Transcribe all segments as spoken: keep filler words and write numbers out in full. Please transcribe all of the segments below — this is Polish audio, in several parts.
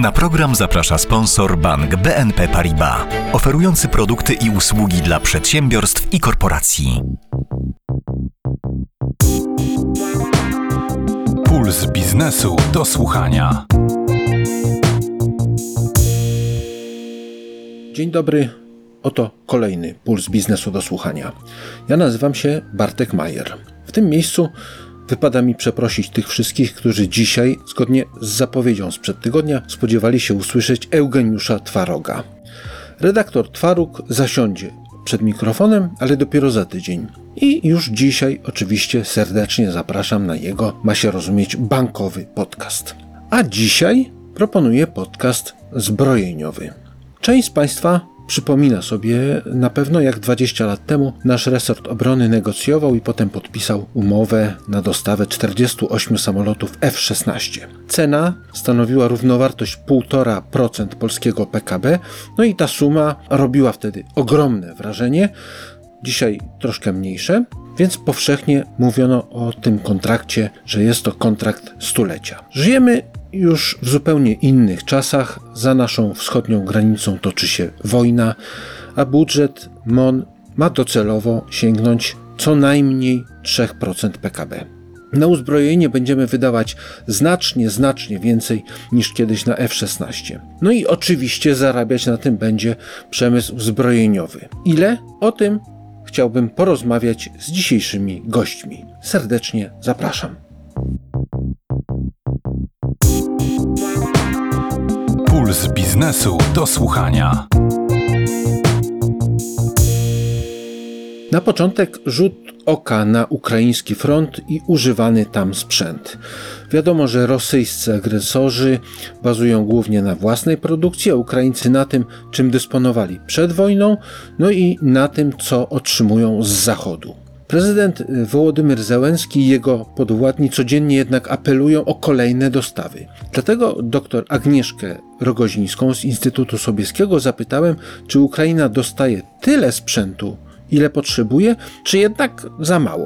Na program zaprasza sponsor bank B N P Paribas, oferujący produkty i usługi dla przedsiębiorstw i korporacji. Puls biznesu do słuchania. Dzień dobry, oto kolejny Puls biznesu do słuchania. Ja nazywam się Bartek Majer. W tym miejscu wypada mi przeprosić tych wszystkich, którzy dzisiaj, zgodnie z zapowiedzią sprzed tygodnia, spodziewali się usłyszeć Eugeniusza Twaroga. Redaktor Twarog zasiądzie przed mikrofonem, ale dopiero za tydzień. I już dzisiaj oczywiście serdecznie zapraszam na jego, ma się rozumieć, bankowy podcast. A dzisiaj proponuję podcast zbrojeniowy. Część z Państwa przypomina sobie na pewno, jak dwadzieścia lat temu nasz resort obrony negocjował i potem podpisał umowę na dostawę czterdziestu ośmiu samolotów F szesnaście. Cena stanowiła równowartość półtora procent polskiego P K B, no i ta suma robiła wtedy ogromne wrażenie, dzisiaj troszkę mniejsze, więc powszechnie mówiono o tym kontrakcie, że jest to kontrakt stulecia. Żyjemy już w zupełnie innych czasach, za naszą wschodnią granicą toczy się wojna, a budżet M O N ma docelowo sięgnąć co najmniej trzy procent P K B. Na uzbrojenie będziemy wydawać znacznie, znacznie więcej niż kiedyś na F szesnaście. No i oczywiście zarabiać na tym będzie przemysł zbrojeniowy. Ile? O tym chciałbym porozmawiać z dzisiejszymi gośćmi. Serdecznie zapraszam. Puls biznesu do słuchania. Na początek rzut oka na ukraiński front i używany tam sprzęt. Wiadomo, że rosyjscy agresorzy bazują głównie na własnej produkcji, a Ukraińcy na tym, czym dysponowali przed wojną, no i na tym, co otrzymują z Zachodu. Prezydent Wołodymyr Zełenski i jego podwładni codziennie jednak apelują o kolejne dostawy. Dlatego dr Agnieszkę Rogozińską z Instytutu Sobieskiego zapytałem, czy Ukraina dostaje tyle sprzętu, ile potrzebuje, czy jednak za mało.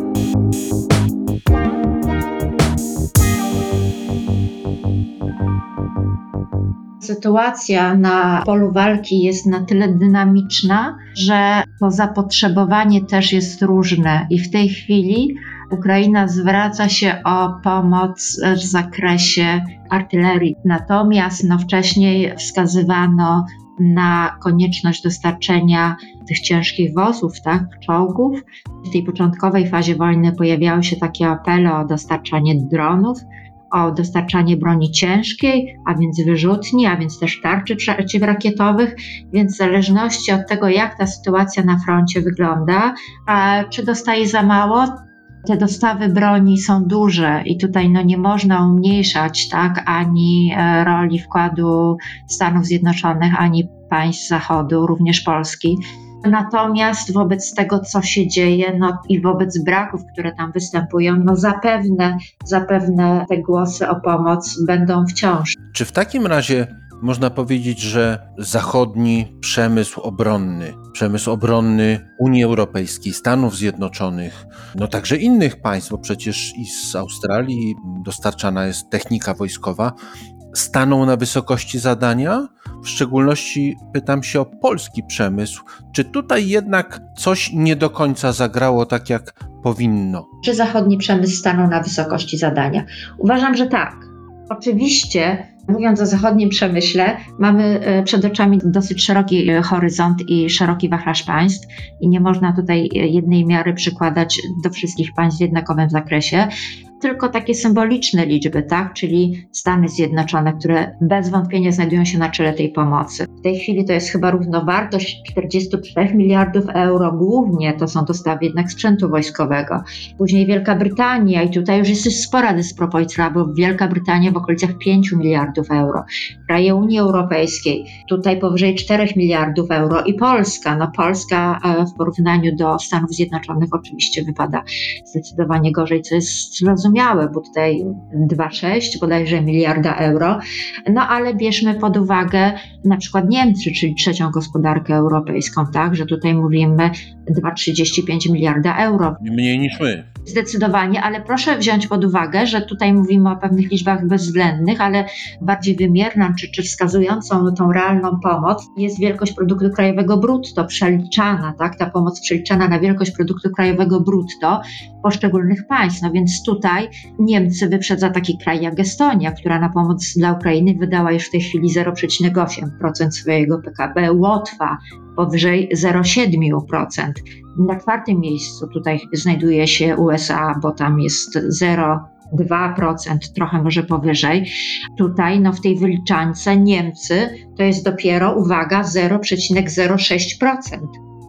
Sytuacja na polu walki jest na tyle dynamiczna, że to zapotrzebowanie też jest różne i w tej chwili Ukraina zwraca się o pomoc w zakresie artylerii. Natomiast no, wcześniej wskazywano na konieczność dostarczenia tych ciężkich wozów, tak, czołgów. W tej początkowej fazie wojny pojawiały się takie apele o dostarczanie dronów, o dostarczanie broni ciężkiej, a więc wyrzutni, a więc też tarczy przeciwrakietowych, więc w zależności od tego, jak ta sytuacja na froncie wygląda, a czy dostaje za mało, te dostawy broni są duże i tutaj no, nie można umniejszać tak, ani roli wkładu Stanów Zjednoczonych, ani państw Zachodu, również Polski. Natomiast wobec tego, co się dzieje, no i wobec braków, które tam występują, no zapewne, zapewne te głosy o pomoc będą wciąż. Czy w takim razie można powiedzieć, że zachodni przemysł obronny, przemysł obronny Unii Europejskiej, Stanów Zjednoczonych, no także innych państw, bo przecież i z Australii dostarczana jest technika wojskowa, staną na wysokości zadania? W szczególności pytam się o polski przemysł. Czy tutaj jednak coś nie do końca zagrało tak, jak powinno? Czy zachodni przemysł stanął na wysokości zadania? Uważam, że tak. Oczywiście, mówiąc o zachodnim przemyśle, mamy przed oczami dosyć szeroki horyzont i szeroki wachlarz państw i nie można tutaj jednej miary przykładać do wszystkich państw w jednakowym zakresie. Tylko takie symboliczne liczby, tak? Czyli Stany Zjednoczone, które bez wątpienia znajdują się na czele tej pomocy. W tej chwili to jest chyba równowartość czterdzieści trzy miliardów euro, głównie to są dostawy jednak sprzętu wojskowego. Później Wielka Brytania i tutaj już jest spora dysproporcja, bo Wielka Brytania w okolicach pięciu miliardów euro. Kraje Unii Europejskiej tutaj powyżej czterech miliardów euro i Polska. No Polska w porównaniu do Stanów Zjednoczonych oczywiście wypada zdecydowanie gorzej, co jest zrozumiałe. Bo tutaj dwa przecinek sześć bodajże miliarda euro, no ale bierzmy pod uwagę na przykład Niemcy, czyli trzecią gospodarkę europejską, tak, że tutaj mówimy dwa przecinek trzydzieści pięć miliarda euro. Mniej niż my. Zdecydowanie, ale proszę wziąć pod uwagę, że tutaj mówimy o pewnych liczbach bezwzględnych, ale bardziej wymierną czy, czy wskazującą tą realną pomoc jest wielkość produktu krajowego brutto przeliczana, tak? Ta pomoc przeliczana na wielkość produktu krajowego brutto poszczególnych państw. No więc tutaj Niemcy wyprzedza taki kraj jak Estonia, która na pomoc dla Ukrainy wydała już w tej chwili zero przecinek osiem procent swojego P K B. Łotwa powyżej zero przecinek siedem procent. Na czwartym miejscu tutaj znajduje się U S A, bo tam jest zero przecinek dwa procent, trochę może powyżej. Tutaj no w tej wyliczance Niemcy to jest dopiero, uwaga, zero przecinek zero sześć procent.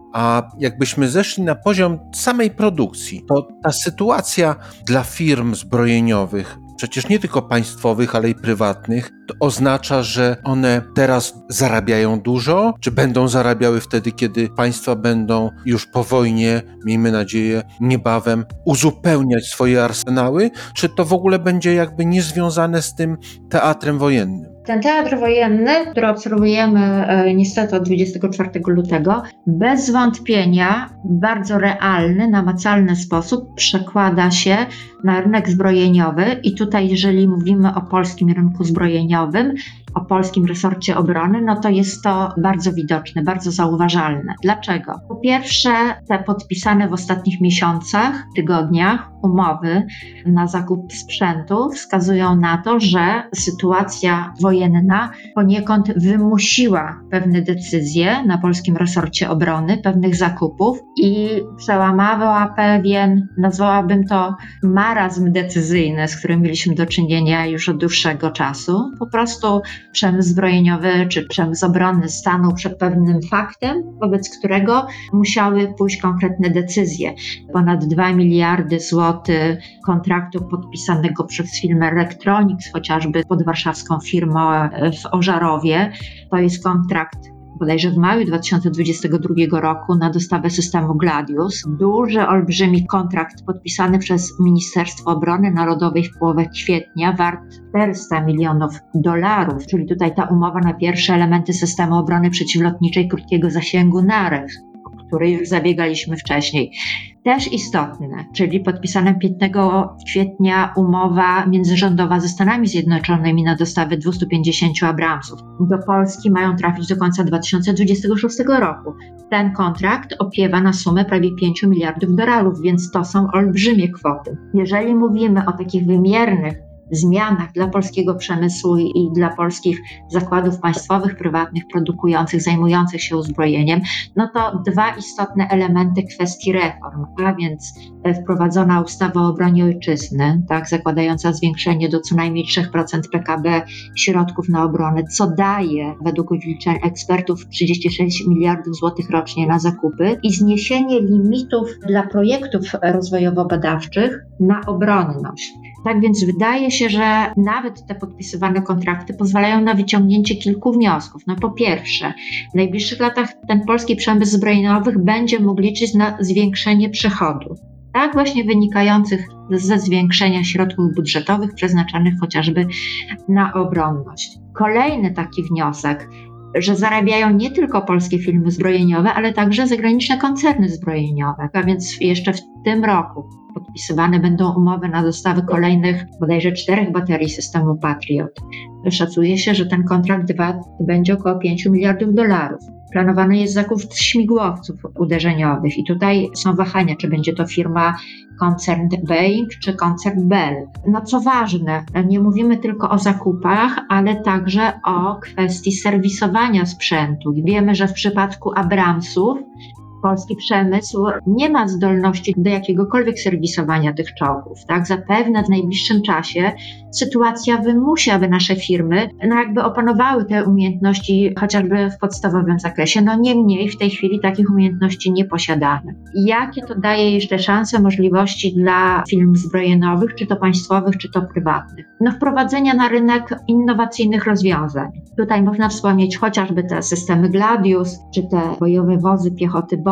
A jakbyśmy zeszli na poziom samej produkcji, to ta sytuacja dla firm zbrojeniowych, przecież nie tylko państwowych, ale i prywatnych, to oznacza, że one teraz zarabiają dużo, czy będą zarabiały wtedy, kiedy państwa będą już po wojnie, miejmy nadzieję, niebawem uzupełniać swoje arsenały, czy to w ogóle będzie jakby niezwiązane z tym teatrem wojennym? Ten teatr wojenny, który obserwujemy e, niestety od dwudziestego czwartego lutego, bez wątpienia w bardzo realny, namacalny sposób przekłada się na rynek zbrojeniowy i tutaj jeżeli mówimy o polskim rynku zbrojeniowym, o polskim resorcie obrony, no to jest to bardzo widoczne, bardzo zauważalne. Dlaczego? Po pierwsze, te podpisane w ostatnich miesiącach, tygodniach umowy na zakup sprzętu wskazują na to, że sytuacja wojenna poniekąd wymusiła pewne decyzje na polskim resorcie obrony, pewnych zakupów i przełamała pewien, nazwałabym to marazm decyzyjny, z którym mieliśmy do czynienia już od dłuższego czasu. Po prostu przemysł zbrojeniowy czy przemysł obronny stanął przed pewnym faktem, wobec którego musiały pójść konkretne decyzje. Ponad dwa miliardy złotych kontraktu podpisanego przez firmę Electronics, chociażby pod warszawską firmą w Ożarowie. To jest kontrakt bodajże w maju dwa tysiące dwudziestego drugiego roku na dostawę systemu Gladius. Duży, olbrzymi kontrakt podpisany przez Ministerstwo Obrony Narodowej w połowie kwietnia, wart czterysta milionów dolarów, czyli tutaj ta umowa na pierwsze elementy systemu obrony przeciwlotniczej krótkiego zasięgu NAREW, o który już zabiegaliśmy wcześniej. Też istotne, czyli podpisana piętnastego kwietnia umowa międzyrządowa ze Stanami Zjednoczonymi na dostawę dwieście pięćdziesiąt Abramsów. Do Polski mają trafić do końca dwa tysiące dwudziestego szóstego roku. Ten kontrakt opiewa na sumę prawie pięć miliardów dolarów, więc to są olbrzymie kwoty. Jeżeli mówimy o takich wymiernych zmianach dla polskiego przemysłu i dla polskich zakładów państwowych, prywatnych, produkujących, zajmujących się uzbrojeniem, no to dwa istotne elementy kwestii reform, a więc wprowadzona ustawa o obronie ojczyzny, tak, zakładająca zwiększenie do co najmniej trzy procent P K B środków na obronę, co daje według wyliczeń ekspertów trzydzieści sześć miliardów złotych rocznie na zakupy i zniesienie limitów dla projektów rozwojowo-badawczych na obronność. Tak więc wydaje się, że nawet te podpisywane kontrakty pozwalają na wyciągnięcie kilku wniosków. No po pierwsze, w najbliższych latach ten polski przemysł zbrojeniowy będzie mógł liczyć na zwiększenie przychodów, tak właśnie wynikających ze zwiększenia środków budżetowych przeznaczanych chociażby na obronność. Kolejny taki wniosek, że zarabiają nie tylko polskie firmy zbrojeniowe, ale także zagraniczne koncerny zbrojeniowe, a więc jeszcze w tym roku podpisywane będą umowy na dostawę kolejnych bodajże czterech baterii systemu Patriot. Szacuje się, że ten kontrakt wart będzie około pięć miliardów dolarów. Planowany jest zakup śmigłowców uderzeniowych i tutaj są wahania, czy będzie to firma koncern Boeing czy koncern Bell. No co ważne, nie mówimy tylko o zakupach, ale także o kwestii serwisowania sprzętu. Wiemy, że w przypadku Abramsów polski przemysł nie ma zdolności do jakiegokolwiek serwisowania tych czołgów. Tak? Zapewne w najbliższym czasie sytuacja wymusi, aby nasze firmy no jakby opanowały te umiejętności chociażby w podstawowym zakresie. No niemniej w tej chwili takich umiejętności nie posiadamy. Jakie to daje jeszcze szanse, możliwości dla firm zbrojeniowych, czy to państwowych, czy to prywatnych? No wprowadzenia na rynek innowacyjnych rozwiązań. Tutaj można wspomnieć chociażby te systemy Gladius, czy te bojowe wozy piechoty B O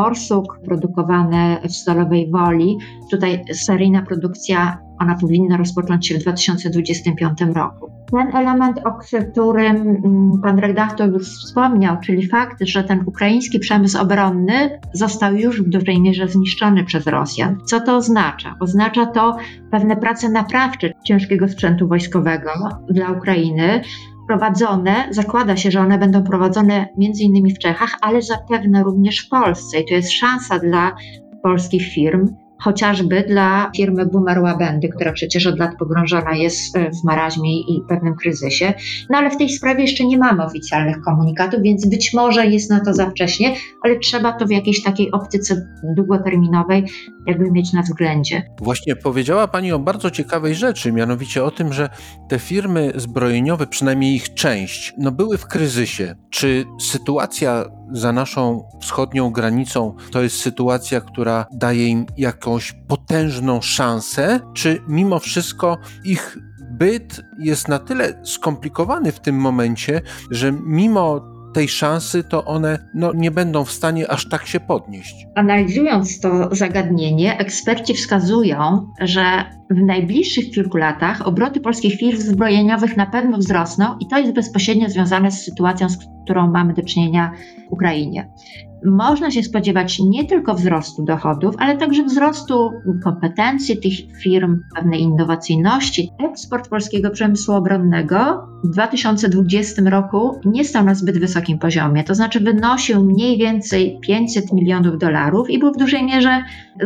Borsuk, produkowane w Stalowej Woli. Tutaj seryjna produkcja, ona powinna rozpocząć się w dwa tysiące dwudziestym piątym roku. Ten element, o którym pan redaktor już wspomniał, czyli fakt, że ten ukraiński przemysł obronny został już w dużej mierze zniszczony przez Rosjan. Co to oznacza? Oznacza to pewne prace naprawcze ciężkiego sprzętu wojskowego dla Ukrainy, prowadzone, zakłada się, że one będą prowadzone między innymi w Czechach, ale zapewne również w Polsce. I to jest szansa dla polskich firm, chociażby dla firmy Boomer Łabędy, która przecież od lat pogrążona jest w maraźmie i pewnym kryzysie. No ale w tej sprawie jeszcze nie mamy oficjalnych komunikatów, więc być może jest na to za wcześnie, ale trzeba to w jakiejś takiej optyce długoterminowej jakby mieć na względzie. Właśnie powiedziała Pani o bardzo ciekawej rzeczy, mianowicie o tym, że te firmy zbrojeniowe, przynajmniej ich część, no były w kryzysie. Czy sytuacja za naszą wschodnią granicą to jest sytuacja, która daje im jakąś potężną szansę, czy mimo wszystko ich byt jest na tyle skomplikowany w tym momencie, że mimo tej szansy, to one no, nie będą w stanie aż tak się podnieść? Analizując to zagadnienie, eksperci wskazują, że w najbliższych kilku latach obroty polskich firm zbrojeniowych na pewno wzrosną i to jest bezpośrednio związane z sytuacją, z którą mamy do czynienia w Ukrainie. Można się spodziewać nie tylko wzrostu dochodów, ale także wzrostu kompetencji tych firm, pewnej innowacyjności. Eksport polskiego przemysłu obronnego w dwa tysiące dwudziestym roku nie stał na zbyt wysokim poziomie, to znaczy wynosił mniej więcej pięćset milionów dolarów i był w dużej mierze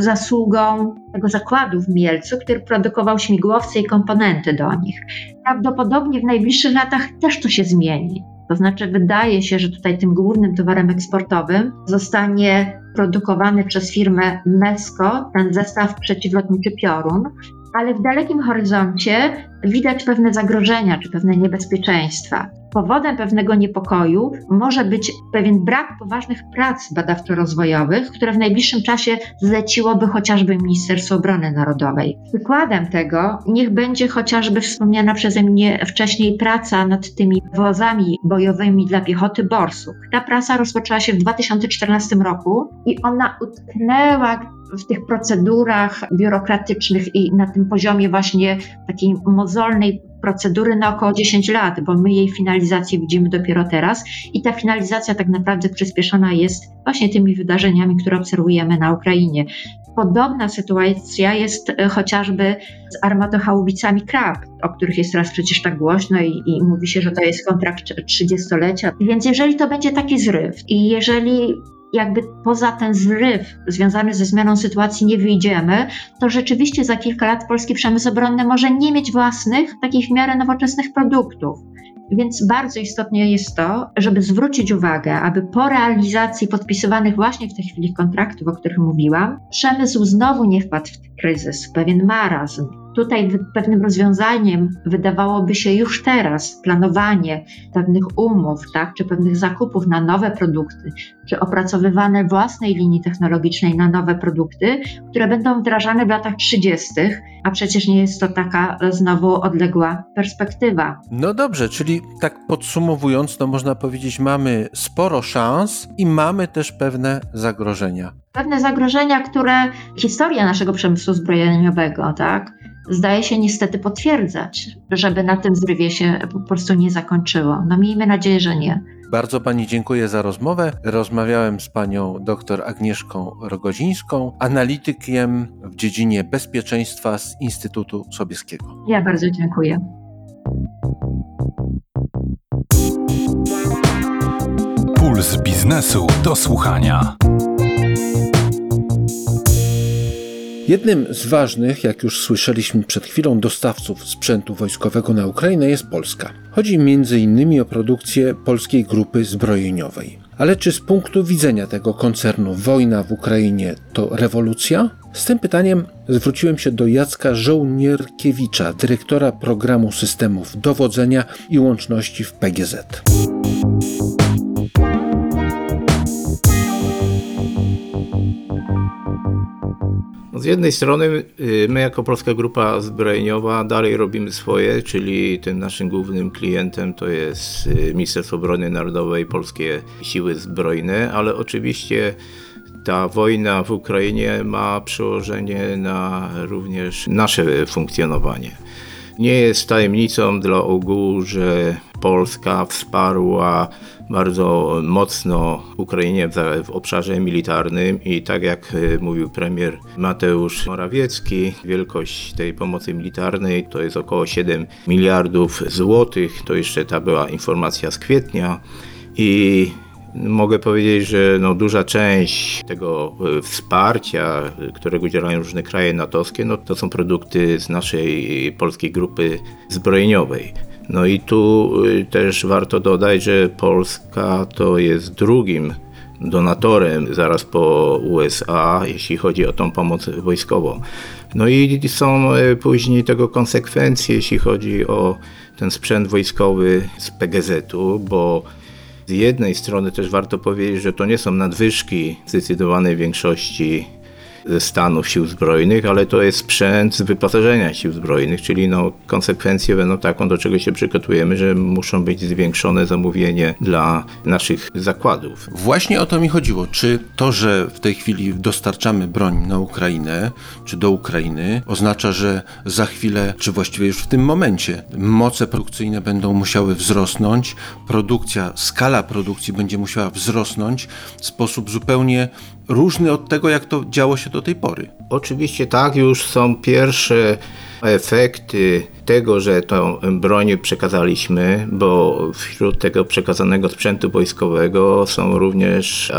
zasługą tego zakładu w Mielcu, który produkował śmigłowce i komponenty do nich. Prawdopodobnie w najbliższych latach też to się zmieni. To znaczy wydaje się, że tutaj tym głównym towarem eksportowym zostanie produkowany przez firmę Mesco ten zestaw przeciwlotniczy Piorun, ale w dalekim horyzoncie widać pewne zagrożenia czy pewne niebezpieczeństwa. Powodem pewnego niepokoju może być pewien brak poważnych prac badawczo-rozwojowych, które w najbliższym czasie zleciłoby chociażby Ministerstwo Obrony Narodowej. Przykładem tego niech będzie chociażby wspomniana przeze mnie wcześniej praca nad tymi wozami bojowymi dla piechoty Borsuk. Ta praca rozpoczęła się w dwa tysiące czternastym roku i ona utknęła w tych procedurach biurokratycznych i na tym poziomie właśnie takiej mozolnej procedury na około dziesięć lat, bo my jej finalizację widzimy dopiero teraz i ta finalizacja tak naprawdę przyspieszona jest właśnie tymi wydarzeniami, które obserwujemy na Ukrainie. Podobna sytuacja jest chociażby z armatohałubicami Krab, o których jest teraz przecież tak głośno i, i mówi się, że to jest kontrakt trzydziestolecia. Więc jeżeli to będzie taki zryw i jeżeli jakby poza ten zryw związany ze zmianą sytuacji nie wyjdziemy, to rzeczywiście za kilka lat polski przemysł obronny może nie mieć własnych, takich w miarę nowoczesnych produktów. Więc bardzo istotne jest to, żeby zwrócić uwagę, aby po realizacji podpisywanych właśnie w tej chwili kontraktów, o których mówiłam, przemysł znowu nie wpadł w kryzys, w pewien marazm. Tutaj pewnym rozwiązaniem wydawałoby się już teraz planowanie pewnych umów, tak, czy pewnych zakupów na nowe produkty, czy opracowywane własnej linii technologicznej na nowe produkty, które będą wdrażane w latach trzydziestych, a przecież nie jest to taka znowu odległa perspektywa. No dobrze, czyli tak podsumowując, no można powiedzieć, mamy sporo szans i mamy też pewne zagrożenia. Pewne zagrożenia, które historia naszego przemysłu zbrojeniowego, tak, zdaje się niestety potwierdzać, żeby na tym zrywie się po prostu nie zakończyło. No miejmy nadzieję, że nie. Bardzo Pani dziękuję za rozmowę. Rozmawiałem z Panią dr Agnieszką Rogozińską, analitykiem w dziedzinie bezpieczeństwa z Instytutu Sobieskiego. Ja bardzo dziękuję. Puls biznesu do słuchania. Jednym z ważnych, jak już słyszeliśmy przed chwilą, dostawców sprzętu wojskowego na Ukrainę jest Polska. Chodzi między innymi o produkcję polskiej grupy zbrojeniowej. Ale czy z punktu widzenia tego koncernu wojna w Ukrainie to rewolucja? Z tym pytaniem zwróciłem się do Jacka Żołnierkiewicza, dyrektora programu systemów dowodzenia i łączności w P G Z. Z jednej strony my jako Polska Grupa Zbrojeniowa dalej robimy swoje, czyli tym naszym głównym klientem to jest Ministerstwo Obrony Narodowej, Polskie Siły Zbrojne, ale oczywiście ta wojna w Ukrainie ma przełożenie na również nasze funkcjonowanie. Nie jest tajemnicą dla ogółu, że Polska wsparła bardzo mocno Ukrainie w, w obszarze militarnym i tak jak mówił premier Mateusz Morawiecki, wielkość tej pomocy militarnej to jest około siedem miliardów złotych. To jeszcze ta była informacja z kwietnia i mogę powiedzieć, że no, duża część tego wsparcia, którego udzielają różne kraje natowskie, no, to są produkty z naszej polskiej grupy zbrojeniowej. No i tu też warto dodać, że Polska to jest drugim donatorem zaraz po U S A, jeśli chodzi o tą pomoc wojskową. No i są później tego konsekwencje, jeśli chodzi o ten sprzęt wojskowy z P G Z-u, bo z jednej strony też warto powiedzieć, że to nie są nadwyżki w zdecydowanej większości ze stanów sił zbrojnych, ale to jest sprzęt z wyposażenia sił zbrojnych, czyli no, konsekwencje będą taką, do czego się przygotujemy, że muszą być zwiększone zamówienie dla naszych zakładów. Właśnie o to mi chodziło. Czy to, że w tej chwili dostarczamy broń na Ukrainę, czy do Ukrainy, oznacza, że za chwilę, czy właściwie już w tym momencie, moce produkcyjne będą musiały wzrosnąć, produkcja, skala produkcji będzie musiała wzrosnąć w sposób zupełnie różny od tego, jak to działo się do tej pory? Oczywiście tak, już są pierwsze efekty tego, że tą broń przekazaliśmy, bo wśród tego przekazanego sprzętu wojskowego są również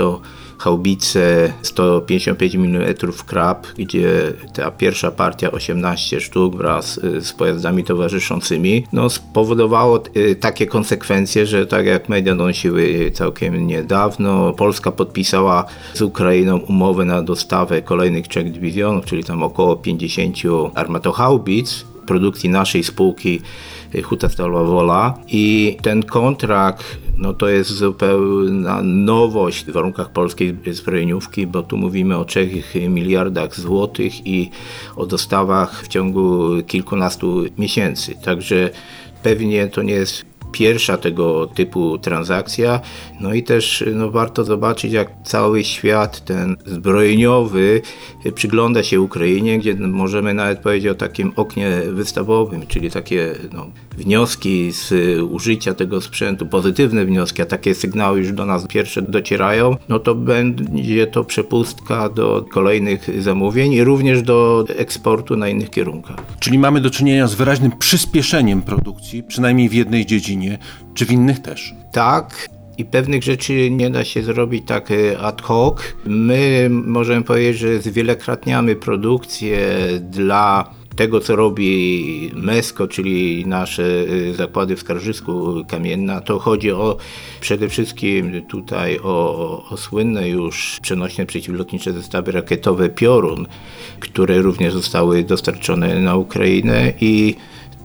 armatohaubice sto pięćdziesiąt pięć milimetrów Krab, gdzie ta pierwsza partia osiemnaście sztuk wraz z pojazdami towarzyszącymi no, spowodowało takie konsekwencje, że tak jak media donosiły całkiem niedawno, Polska podpisała z Ukrainą umowę na dostawę kolejnych trzech dywizjonów, czyli tam około pięćdziesięciu armatohaubic produkcji naszej spółki Huta Stalowa Wola i ten kontrakt no to jest zupełna nowość w warunkach polskiej zbrojeniówki, bo tu mówimy o trzech miliardach złotych i o dostawach w ciągu kilkunastu miesięcy. Także pewnie to nie jest pierwsza tego typu transakcja. No i też no, warto zobaczyć, jak cały świat ten zbrojeniowy przygląda się Ukrainie, gdzie możemy nawet powiedzieć o takim oknie wystawowym, czyli takie no, wnioski z użycia tego sprzętu, pozytywne wnioski, a takie sygnały już do nas pierwsze docierają, no to będzie to przepustka do kolejnych zamówień i również do eksportu na innych kierunkach. Czyli mamy do czynienia z wyraźnym przyspieszeniem produkcji, przynajmniej w jednej dziedzinie, czy w innych też? Tak. I pewnych rzeczy nie da się zrobić tak ad hoc. My możemy powiedzieć, że zwielokrotniamy produkcję dla tego, co robi Mesko, czyli nasze zakłady w Skarżysku Kamienna. To chodzi o przede wszystkim tutaj o, o słynne już przenośne przeciwlotnicze zestawy rakietowe Piorun, które również zostały dostarczone na Ukrainę i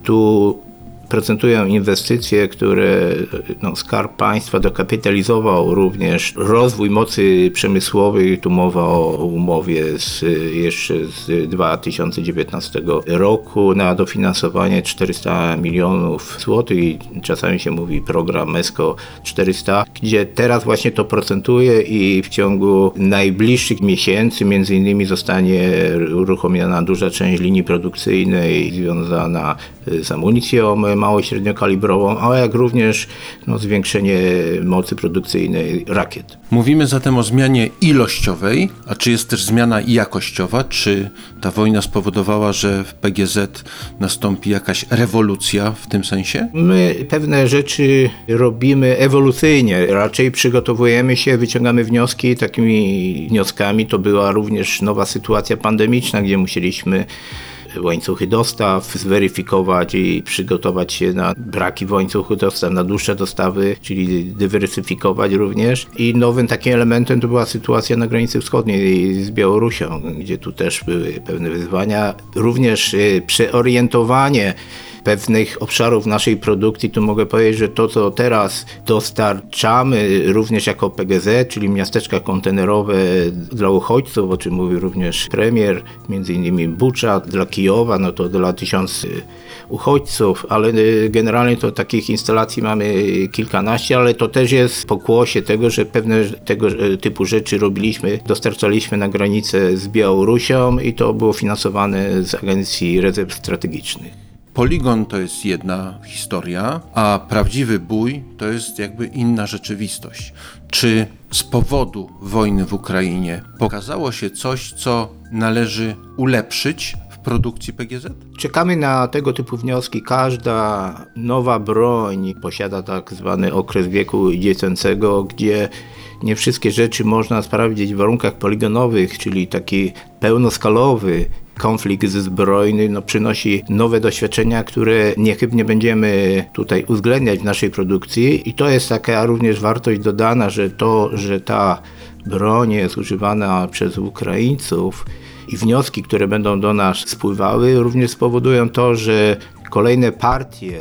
tu procentują inwestycje, które no, Skarb Państwa dokapitalizował również rozwój mocy przemysłowej. Tu mowa o umowie z, jeszcze z dwa tysiące dziewiętnastego roku na dofinansowanie czterysta milionów złotych i czasami się mówi program Mesko czterysta, gdzie teraz właśnie to procentuje i w ciągu najbliższych miesięcy między innymi zostanie uruchomiona duża część linii produkcyjnej związana z amunicją mało- i średniokalibrową, ale jak również no, zwiększenie mocy produkcyjnej rakiet. Mówimy zatem o zmianie ilościowej, a czy jest też zmiana jakościowa? Czy ta wojna spowodowała, że w P G Z nastąpi jakaś rewolucja w tym sensie? My pewne rzeczy robimy ewolucyjnie, raczej przygotowujemy się, wyciągamy wnioski. Takimi wnioskami to była również nowa sytuacja pandemiczna, gdzie musieliśmy łańcuchy dostaw zweryfikować i przygotować się na braki w łańcuchu dostaw, na dłuższe dostawy, czyli dywersyfikować również. I nowym takim elementem to była sytuacja na granicy wschodniej z Białorusią, gdzie tu też były pewne wyzwania. Również przeorientowanie pewnych obszarów naszej produkcji, tu mogę powiedzieć, że to, co teraz dostarczamy również jako P G Z, czyli miasteczka kontenerowe dla uchodźców, o czym mówił również premier, między innymi Bucza, dla Kijowa, no to dla tysiąc uchodźców, ale generalnie to takich instalacji mamy kilkanaście, ale to też jest pokłosie tego, że pewne tego typu rzeczy robiliśmy, dostarczaliśmy na granicę z Białorusią i to było finansowane z Agencji Rezerw Strategicznych. Poligon to jest jedna historia, a prawdziwy bój to jest jakby inna rzeczywistość. Czy z powodu wojny w Ukrainie pokazało się coś, co należy ulepszyć w produkcji P G Z? Czekamy na tego typu wnioski. Każda nowa broń posiada tak zwany okres wieku dziecięcego, gdzie nie wszystkie rzeczy można sprawdzić w warunkach poligonowych, czyli taki pełnoskalowy konflikt zbrojny no, przynosi nowe doświadczenia, które niechybnie będziemy tutaj uwzględniać w naszej produkcji i to jest taka również wartość dodana, że to, że ta broń jest używana przez Ukraińców i wnioski, które będą do nas spływały, również spowodują to, że kolejne partie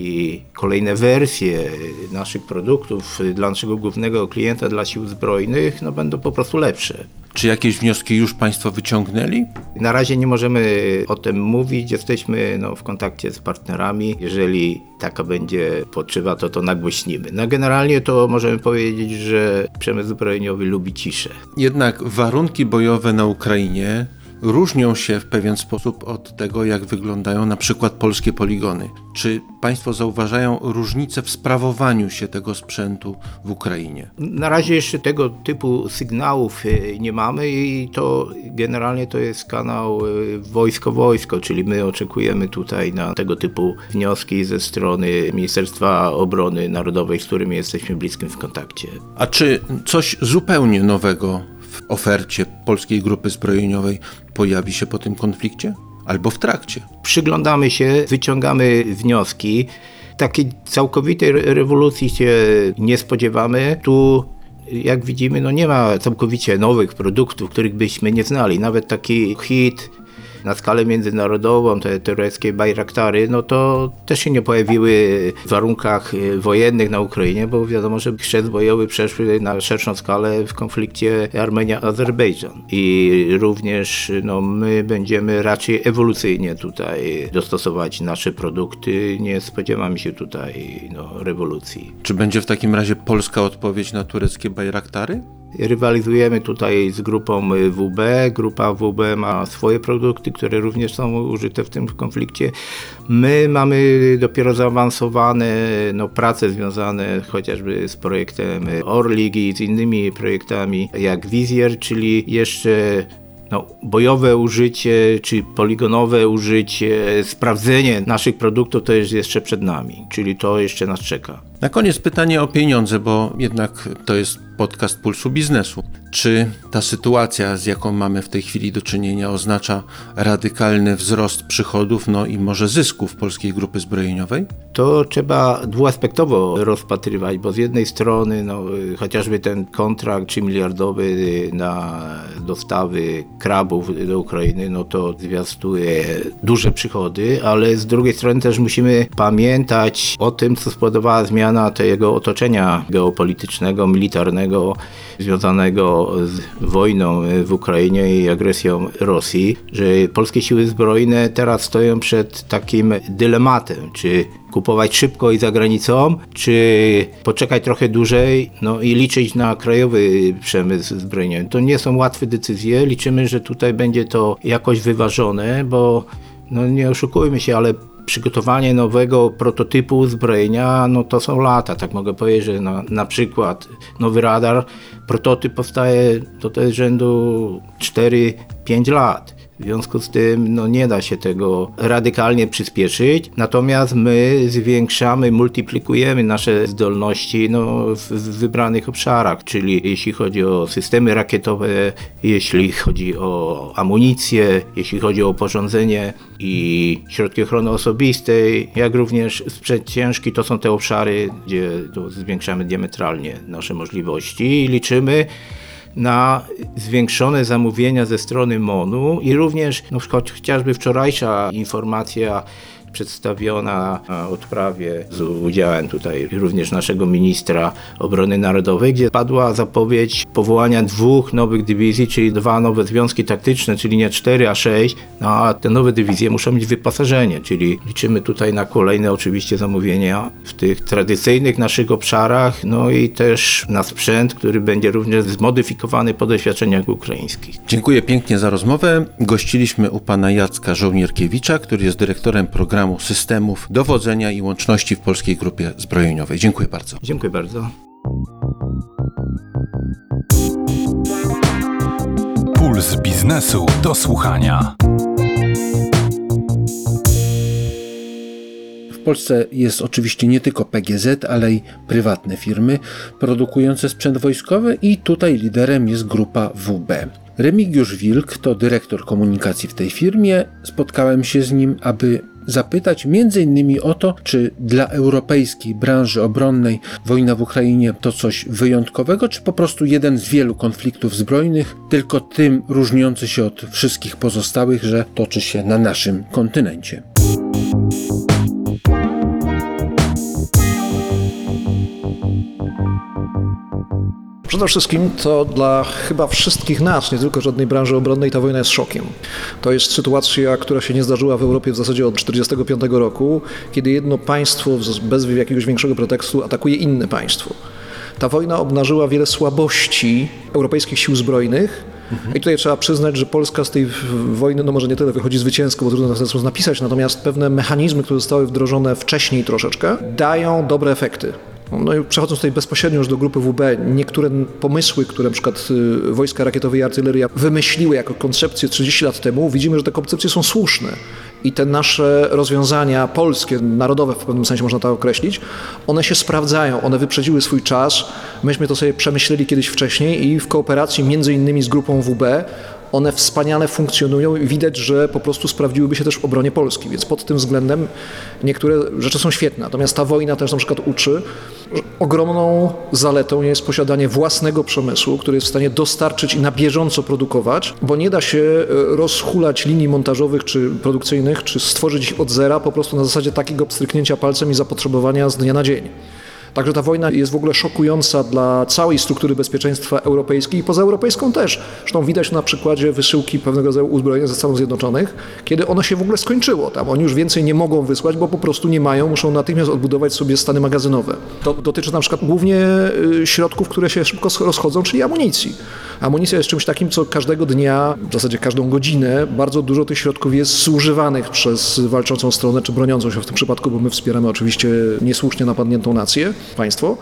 i kolejne wersje naszych produktów dla naszego głównego klienta, dla sił zbrojnych, no, będą po prostu lepsze. Czy jakieś wnioski już Państwo wyciągnęli? Na razie nie możemy o tym mówić, jesteśmy no, w kontakcie z partnerami. Jeżeli taka będzie potrzeba, to to nagłośnimy. No, generalnie to możemy powiedzieć, że przemysł zbrojeniowy lubi ciszę. Jednak warunki bojowe na Ukrainie różnią się w pewien sposób od tego, jak wyglądają na przykład polskie poligony. Czy Państwo zauważają różnicę w sprawowaniu się tego sprzętu w Ukrainie? Na razie jeszcze tego typu sygnałów nie mamy i to generalnie to jest kanał wojsko-wojsko, czyli my oczekujemy tutaj na tego typu wnioski ze strony Ministerstwa Obrony Narodowej, z którymi jesteśmy w bliskim w kontakcie. A czy coś zupełnie nowego w ofercie Polskiej Grupy Zbrojeniowej pojawi się po tym konflikcie? Albo w trakcie? Przyglądamy się, wyciągamy wnioski. Takiej całkowitej rewolucji się nie spodziewamy. Tu, jak widzimy, no nie ma całkowicie nowych produktów, których byśmy nie znali. Nawet taki hit na skalę międzynarodową, te tureckie Bayraktary, no to też się nie pojawiły w warunkach wojennych na Ukrainie, bo wiadomo, że chrzest bojowy przeszły na szerszą skalę w konflikcie Armenia-Azerbejdżan. I również no, my będziemy raczej ewolucyjnie tutaj dostosować nasze produkty. Nie spodziewamy się tutaj no, rewolucji. Czy będzie w takim razie polska odpowiedź na tureckie Bayraktary? Rywalizujemy tutaj z grupą W B. Grupa W B ma swoje produkty, które również są użyte w tym konflikcie. My mamy dopiero zaawansowane no, prace związane chociażby z projektem Orlik i z innymi projektami jak Wizjer, czyli jeszcze no, bojowe użycie czy poligonowe użycie, sprawdzenie naszych produktów to jest jeszcze przed nami, czyli to jeszcze nas czeka. Na koniec pytanie o pieniądze, bo jednak to jest podcast Pulsu Biznesu. Czy ta sytuacja, z jaką mamy w tej chwili do czynienia, oznacza radykalny wzrost przychodów, no i może zysków Polskiej Grupy Zbrojeniowej? To trzeba dwuaspektowo rozpatrywać, bo z jednej strony no, chociażby ten kontrakt trzymiliardowy na dostawy krabów do Ukrainy, no to zwiastuje duże przychody, ale z drugiej strony też musimy pamiętać o tym, co spowodowała zmiana tego otoczenia geopolitycznego, militarnego, związanego z wojną w Ukrainie i agresją Rosji, że polskie siły zbrojne teraz stoją przed takim dylematem, czy kupować szybko i za granicą, czy poczekać trochę dłużej no i liczyć na krajowy przemysł zbrojeniowy. To nie są łatwe decyzje, liczymy, że tutaj będzie to jakoś wyważone, bo no nie oszukujmy się, ale przygotowanie nowego prototypu uzbrojenia, no to są lata, tak mogę powiedzieć, że na, na przykład nowy radar, prototyp powstaje to, to jest rzędu cztery pięć lat. W związku z tym no, nie da się tego radykalnie przyspieszyć, natomiast my zwiększamy, multiplikujemy nasze zdolności no, w, w wybranych obszarach, czyli jeśli chodzi o systemy rakietowe, jeśli chodzi o amunicję, jeśli chodzi o oporządzenie i środki ochrony osobistej, jak również sprzęt ciężki, to są te obszary, gdzie to zwiększamy diametralnie nasze możliwości i liczymy na zwiększone zamówienia ze strony M O N-u i również no, chociażby wczorajsza informacja przedstawiona na odprawie z udziałem tutaj również naszego ministra obrony narodowej, gdzie padła zapowiedź powołania dwóch nowych dywizji, czyli dwa nowe związki taktyczne, czyli nie cztery, a sześć, no a te nowe dywizje muszą mieć wyposażenie, czyli liczymy tutaj na kolejne oczywiście zamówienia w tych tradycyjnych naszych obszarach, no i też na sprzęt, który będzie również zmodyfikowany po doświadczeniach ukraińskich. Dziękuję pięknie za rozmowę. Gościliśmy u pana Jacka Żołnierkiewicza, który jest dyrektorem programu systemów dowodzenia i łączności w Polskiej Grupie Zbrojeniowej. Dziękuję bardzo. Dziękuję bardzo. Puls biznesu do słuchania. W Polsce jest oczywiście nie tylko P G Z, ale i prywatne firmy produkujące sprzęt wojskowy i tutaj liderem jest grupa W B. Remigiusz Wilk to dyrektor komunikacji w tej firmie. Spotkałem się z nim, aby zapytać między innymi o to, czy dla europejskiej branży obronnej wojna w Ukrainie to coś wyjątkowego, czy po prostu jeden z wielu konfliktów zbrojnych, tylko tym różniący się od wszystkich pozostałych, że toczy się na naszym kontynencie. Przede wszystkim to dla chyba wszystkich nas, nie tylko żadnej branży obronnej, ta wojna jest szokiem. To jest sytuacja, która się nie zdarzyła w Europie w zasadzie od tysiąc dziewięćset czterdziestego piątego roku, kiedy jedno państwo bez jakiegoś większego pretekstu atakuje inne państwo. Ta wojna obnażyła wiele słabości europejskich sił zbrojnych. I tutaj trzeba przyznać, że Polska z tej wojny, no może nie tyle wychodzi zwycięsko, bo trudno na ten sposób napisać, natomiast pewne mechanizmy, które zostały wdrożone wcześniej troszeczkę, dają dobre efekty. No i przechodząc tutaj bezpośrednio już do grupy W B, niektóre pomysły, które na przykład wojska rakietowe i artyleria wymyśliły jako koncepcję trzydzieści lat temu, widzimy, że te koncepcje są słuszne. I te nasze rozwiązania polskie, narodowe w pewnym sensie można tak określić, one się sprawdzają, one wyprzedziły swój czas. Myśmy to sobie przemyśleli kiedyś wcześniej i w kooperacji między innymi z grupą W B one wspaniale funkcjonują i widać, że po prostu sprawdziłyby się też w obronie Polski, więc pod tym względem niektóre rzeczy są świetne. Natomiast ta wojna też na przykład uczy, że ogromną zaletą jest posiadanie własnego przemysłu, który jest w stanie dostarczyć i na bieżąco produkować, bo nie da się rozhulać linii montażowych czy produkcyjnych, czy stworzyć ich od zera po prostu na zasadzie takiego pstryknięcia palcem i zapotrzebowania z dnia na dzień. Także ta wojna jest w ogóle szokująca dla całej struktury bezpieczeństwa europejskiej i pozaeuropejską też. Zresztą widać na przykładzie wysyłki pewnego rodzaju uzbrojenia ze Stanów Zjednoczonych, kiedy ono się w ogóle skończyło. Tam oni już więcej nie mogą wysłać, bo po prostu nie mają, muszą natychmiast odbudować sobie stany magazynowe. To dotyczy na przykład głównie środków, które się szybko rozchodzą, czyli amunicji. Amunicja jest czymś takim, co każdego dnia, w zasadzie każdą godzinę, bardzo dużo tych środków jest zużywanych przez walczącą stronę, czy broniącą się w tym przypadku, bo my wspieramy oczywiście niesłusznie napadniętą nację, państwo.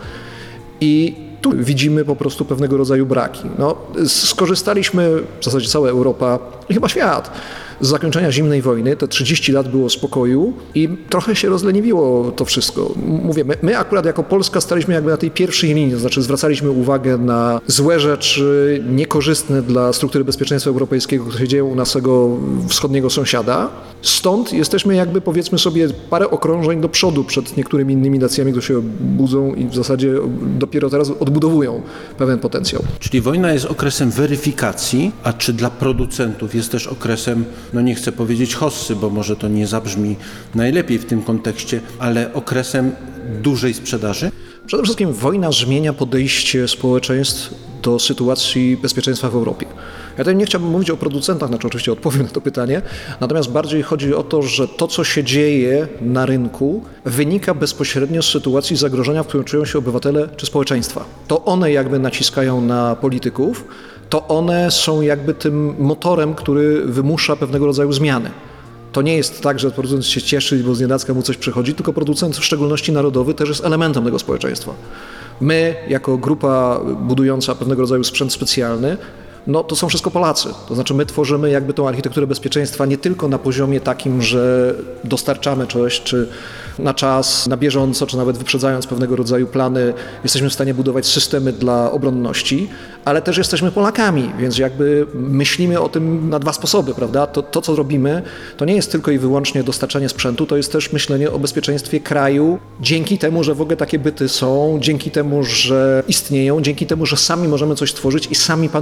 I tu widzimy po prostu pewnego rodzaju braki. No, skorzystaliśmy, w zasadzie cała Europa i chyba świat, z zakończenia zimnej wojny. Te trzydzieści lat było spokoju i trochę się rozleniwiło to wszystko. Mówię, my, my akurat jako Polska staliśmy jakby na tej pierwszej linii, to znaczy zwracaliśmy uwagę na złe rzeczy, niekorzystne dla struktury bezpieczeństwa europejskiego, które się dzieją u naszego wschodniego sąsiada. Stąd jesteśmy jakby, powiedzmy sobie, parę okrążeń do przodu przed niektórymi innymi nacjami, które się budzą i w zasadzie dopiero teraz odbudowują pewien potencjał. Czyli wojna jest okresem weryfikacji, a czy dla producentów jest też okresem, no nie chcę powiedzieć hossy, bo może to nie zabrzmi najlepiej w tym kontekście, ale okresem dużej sprzedaży? Przede wszystkim wojna zmienia podejście społeczeństw do sytuacji bezpieczeństwa w Europie. Ja tutaj nie chciałbym mówić o producentach, znaczy oczywiście odpowiem na to pytanie, natomiast bardziej chodzi o to, że to, co się dzieje na rynku, wynika bezpośrednio z sytuacji zagrożenia, w którym czują się obywatele czy społeczeństwa. To one jakby naciskają na polityków, to one są jakby tym motorem, który wymusza pewnego rodzaju zmiany. To nie jest tak, że producent się cieszy, bo znienacka mu coś przychodzi, tylko producent, w szczególności narodowy, też jest elementem tego społeczeństwa. My, jako grupa budująca pewnego rodzaju sprzęt specjalny, no to są wszystko Polacy. To znaczy my tworzymy jakby tą architekturę bezpieczeństwa nie tylko na poziomie takim, że dostarczamy coś, czy na czas, na bieżąco, czy nawet wyprzedzając pewnego rodzaju plany, jesteśmy w stanie budować systemy dla obronności, ale też jesteśmy Polakami, więc jakby myślimy o tym na dwa sposoby, prawda? To, to co robimy, to nie jest tylko i wyłącznie dostarczanie sprzętu, to jest też myślenie o bezpieczeństwie kraju dzięki temu, że w ogóle takie byty są, dzięki temu, że istnieją, dzięki temu, że sami możemy coś tworzyć i sami panujemy na pewnym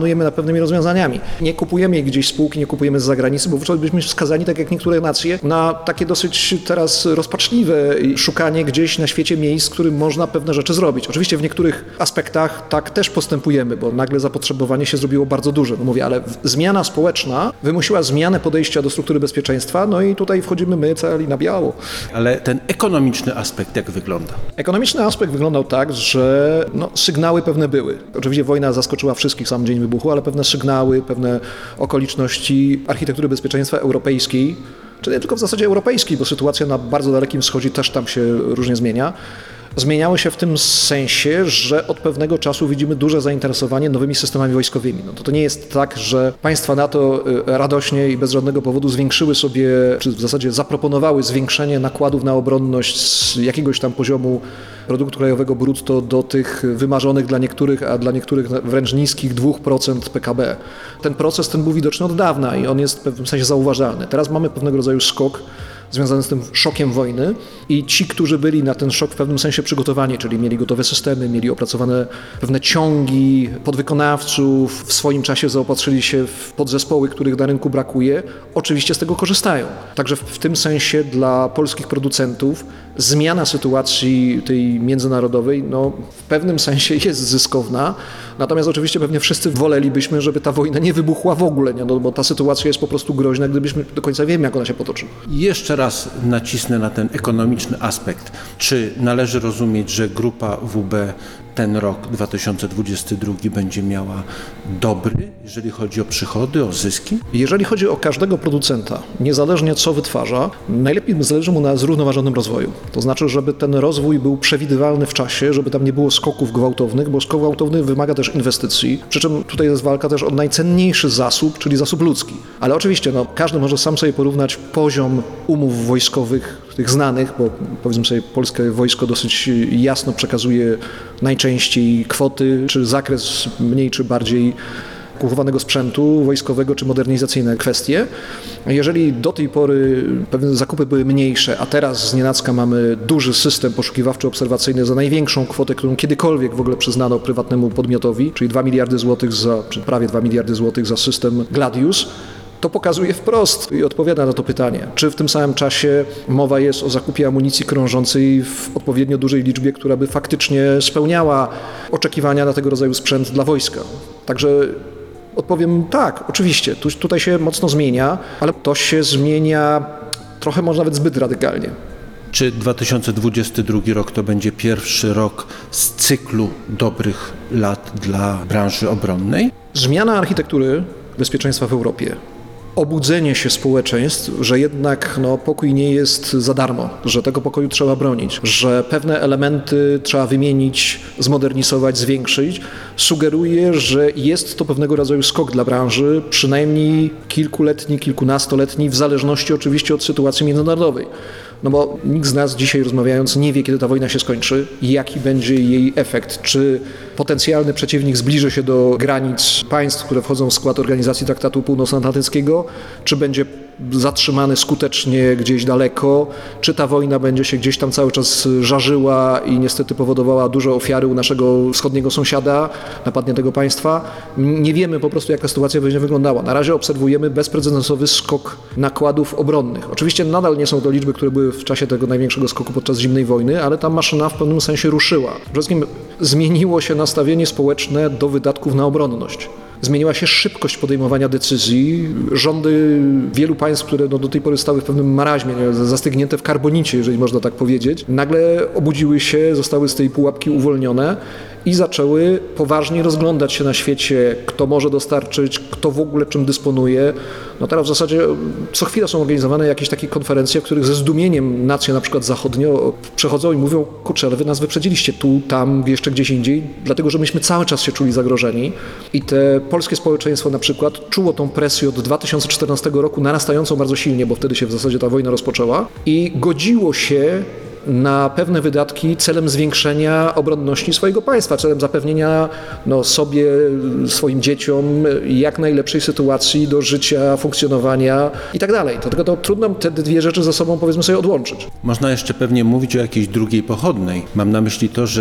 pewnymi rozwiązaniami. Nie kupujemy gdzieś spółki, nie kupujemy z zagranicy, bo wówczas byliśmy skazani, tak jak niektóre nacje, na takie dosyć teraz rozpaczliwe szukanie gdzieś na świecie miejsc, w którym można pewne rzeczy zrobić. Oczywiście w niektórych aspektach tak też postępujemy, bo nagle zapotrzebowanie się zrobiło bardzo duże. No mówię, ale zmiana społeczna wymusiła zmianę podejścia do struktury bezpieczeństwa, no i tutaj wchodzimy my cali na biało. Ale ten ekonomiczny aspekt jak wygląda? Ekonomiczny aspekt wyglądał tak, że no, sygnały pewne były. Oczywiście wojna zaskoczyła wszystkich sam dzień wybuchu, ale pewne sygnały, pewne okoliczności architektury bezpieczeństwa europejskiej, czy nie tylko w zasadzie europejskiej, bo sytuacja na bardzo Dalekim Wschodzie też tam się różnie zmienia, zmieniały się w tym sensie, że od pewnego czasu widzimy duże zainteresowanie nowymi systemami wojskowymi. No to, to nie jest tak, że państwa NATO radośnie i bez żadnego powodu zwiększyły sobie, czy w zasadzie zaproponowały zwiększenie nakładów na obronność z jakiegoś tam poziomu produktu krajowego brutto do tych wymarzonych dla niektórych, a dla niektórych wręcz niskich dwa procent P K B. Ten proces ten był widoczny od dawna i on jest w pewnym sensie zauważalny. Teraz mamy pewnego rodzaju skok związany z tym szokiem wojny i ci, którzy byli na ten szok w pewnym sensie przygotowani, czyli mieli gotowe systemy, mieli opracowane pewne ciągi podwykonawców, w swoim czasie zaopatrzyli się w podzespoły, których na rynku brakuje, oczywiście z tego korzystają. Także w, w tym sensie dla polskich producentów zmiana sytuacji tej międzynarodowej no, w pewnym sensie jest zyskowna, natomiast oczywiście pewnie wszyscy wolelibyśmy, żeby ta wojna nie wybuchła w ogóle, nie? No, bo ta sytuacja jest po prostu groźna, gdybyśmy do końca wiemy, jak ona się potoczy. Jeszcze raz nacisnę na ten ekonomiczny aspekt. Czy należy rozumieć, że grupa W B ten rok dwa tysiące dwudziesty drugi będzie miała dobry, jeżeli chodzi o przychody, o zyski? Jeżeli chodzi o każdego producenta, niezależnie co wytwarza, najlepiej zależy mu na zrównoważonym rozwoju. To znaczy, żeby ten rozwój był przewidywalny w czasie, żeby tam nie było skoków gwałtownych, bo skok gwałtowny wymaga też inwestycji, przy czym tutaj jest walka też o najcenniejszy zasób, czyli zasób ludzki. Ale oczywiście no, każdy może sam sobie porównać poziom umów wojskowych, tych znanych, bo powiedzmy sobie, polskie wojsko dosyć jasno przekazuje najczęściej kwoty, czy zakres mniej czy bardziej kupowanego sprzętu wojskowego czy modernizacyjne kwestie. Jeżeli do tej pory pewne zakupy były mniejsze, a teraz znienacka mamy duży system poszukiwawczo-obserwacyjny za największą kwotę, którą kiedykolwiek w ogóle przyznano prywatnemu podmiotowi, czyli dwa miliardy złotych za, czy prawie dwa miliardy złotych za system Gladius, to pokazuje wprost i odpowiada na to pytanie, czy w tym samym czasie mowa jest o zakupie amunicji krążącej w odpowiednio dużej liczbie, która by faktycznie spełniała oczekiwania na tego rodzaju sprzęt dla wojska. Także odpowiem tak, oczywiście, tu, tutaj się mocno zmienia, ale to się zmienia trochę może nawet zbyt radykalnie. Czy dwa tysiące dwudziesty drugi rok to będzie pierwszy rok z cyklu dobrych lat dla branży obronnej? Zmiana architektury bezpieczeństwa w Europie, obudzenie się społeczeństw, że jednak no, pokój nie jest za darmo, że tego pokoju trzeba bronić, że pewne elementy trzeba wymienić, zmodernizować, zwiększyć, sugeruje, że jest to pewnego rodzaju skok dla branży, przynajmniej kilkuletni, kilkunastoletni, w zależności oczywiście od sytuacji międzynarodowej. No bo nikt z nas dzisiaj rozmawiając nie wie, kiedy ta wojna się skończy i jaki będzie jej efekt. Czy potencjalny przeciwnik zbliży się do granic państw, które wchodzą w skład Organizacji Traktatu Północnoatlantyckiego, czy będzie zatrzymany skutecznie gdzieś daleko, czy ta wojna będzie się gdzieś tam cały czas żarzyła i niestety powodowała duże ofiary u naszego wschodniego sąsiada, napadniętego państwa. Nie wiemy po prostu, jak ta sytuacja będzie wyglądała. Na razie obserwujemy bezprecedensowy skok nakładów obronnych. Oczywiście nadal nie są to liczby, które były w czasie tego największego skoku podczas zimnej wojny, ale ta maszyna w pewnym sensie ruszyła. Przede wszystkim zmieniło się nastawienie społeczne do wydatków na obronność. Zmieniła się szybkość podejmowania decyzji. Rządy wielu państw, które no do tej pory stały w pewnym maraźmie, nie, zastygnięte w karbonicie, jeżeli można tak powiedzieć, nagle obudziły się, zostały z tej pułapki uwolnione i zaczęły poważnie rozglądać się na świecie, kto może dostarczyć, kto w ogóle czym dysponuje. No teraz w zasadzie co chwila są organizowane jakieś takie konferencje, w których ze zdumieniem nacje na przykład zachodnie przechodzą i mówią, kurczę, ale wy nas wyprzedziliście tu, tam, jeszcze gdzieś indziej, dlatego że myśmy cały czas się czuli zagrożeni i te polskie społeczeństwo na przykład czuło tą presję od dwa tysiące czternastego roku narastającą bardzo silnie, bo wtedy się w zasadzie ta wojna rozpoczęła i godziło się na pewne wydatki celem zwiększenia obronności swojego państwa, celem zapewnienia no, sobie, swoim dzieciom jak najlepszej sytuacji do życia, funkcjonowania i tak dalej. Dlatego to trudno te dwie rzeczy ze sobą, powiedzmy sobie, odłączyć. Można jeszcze pewnie mówić o jakiejś drugiej pochodnej. Mam na myśli to, że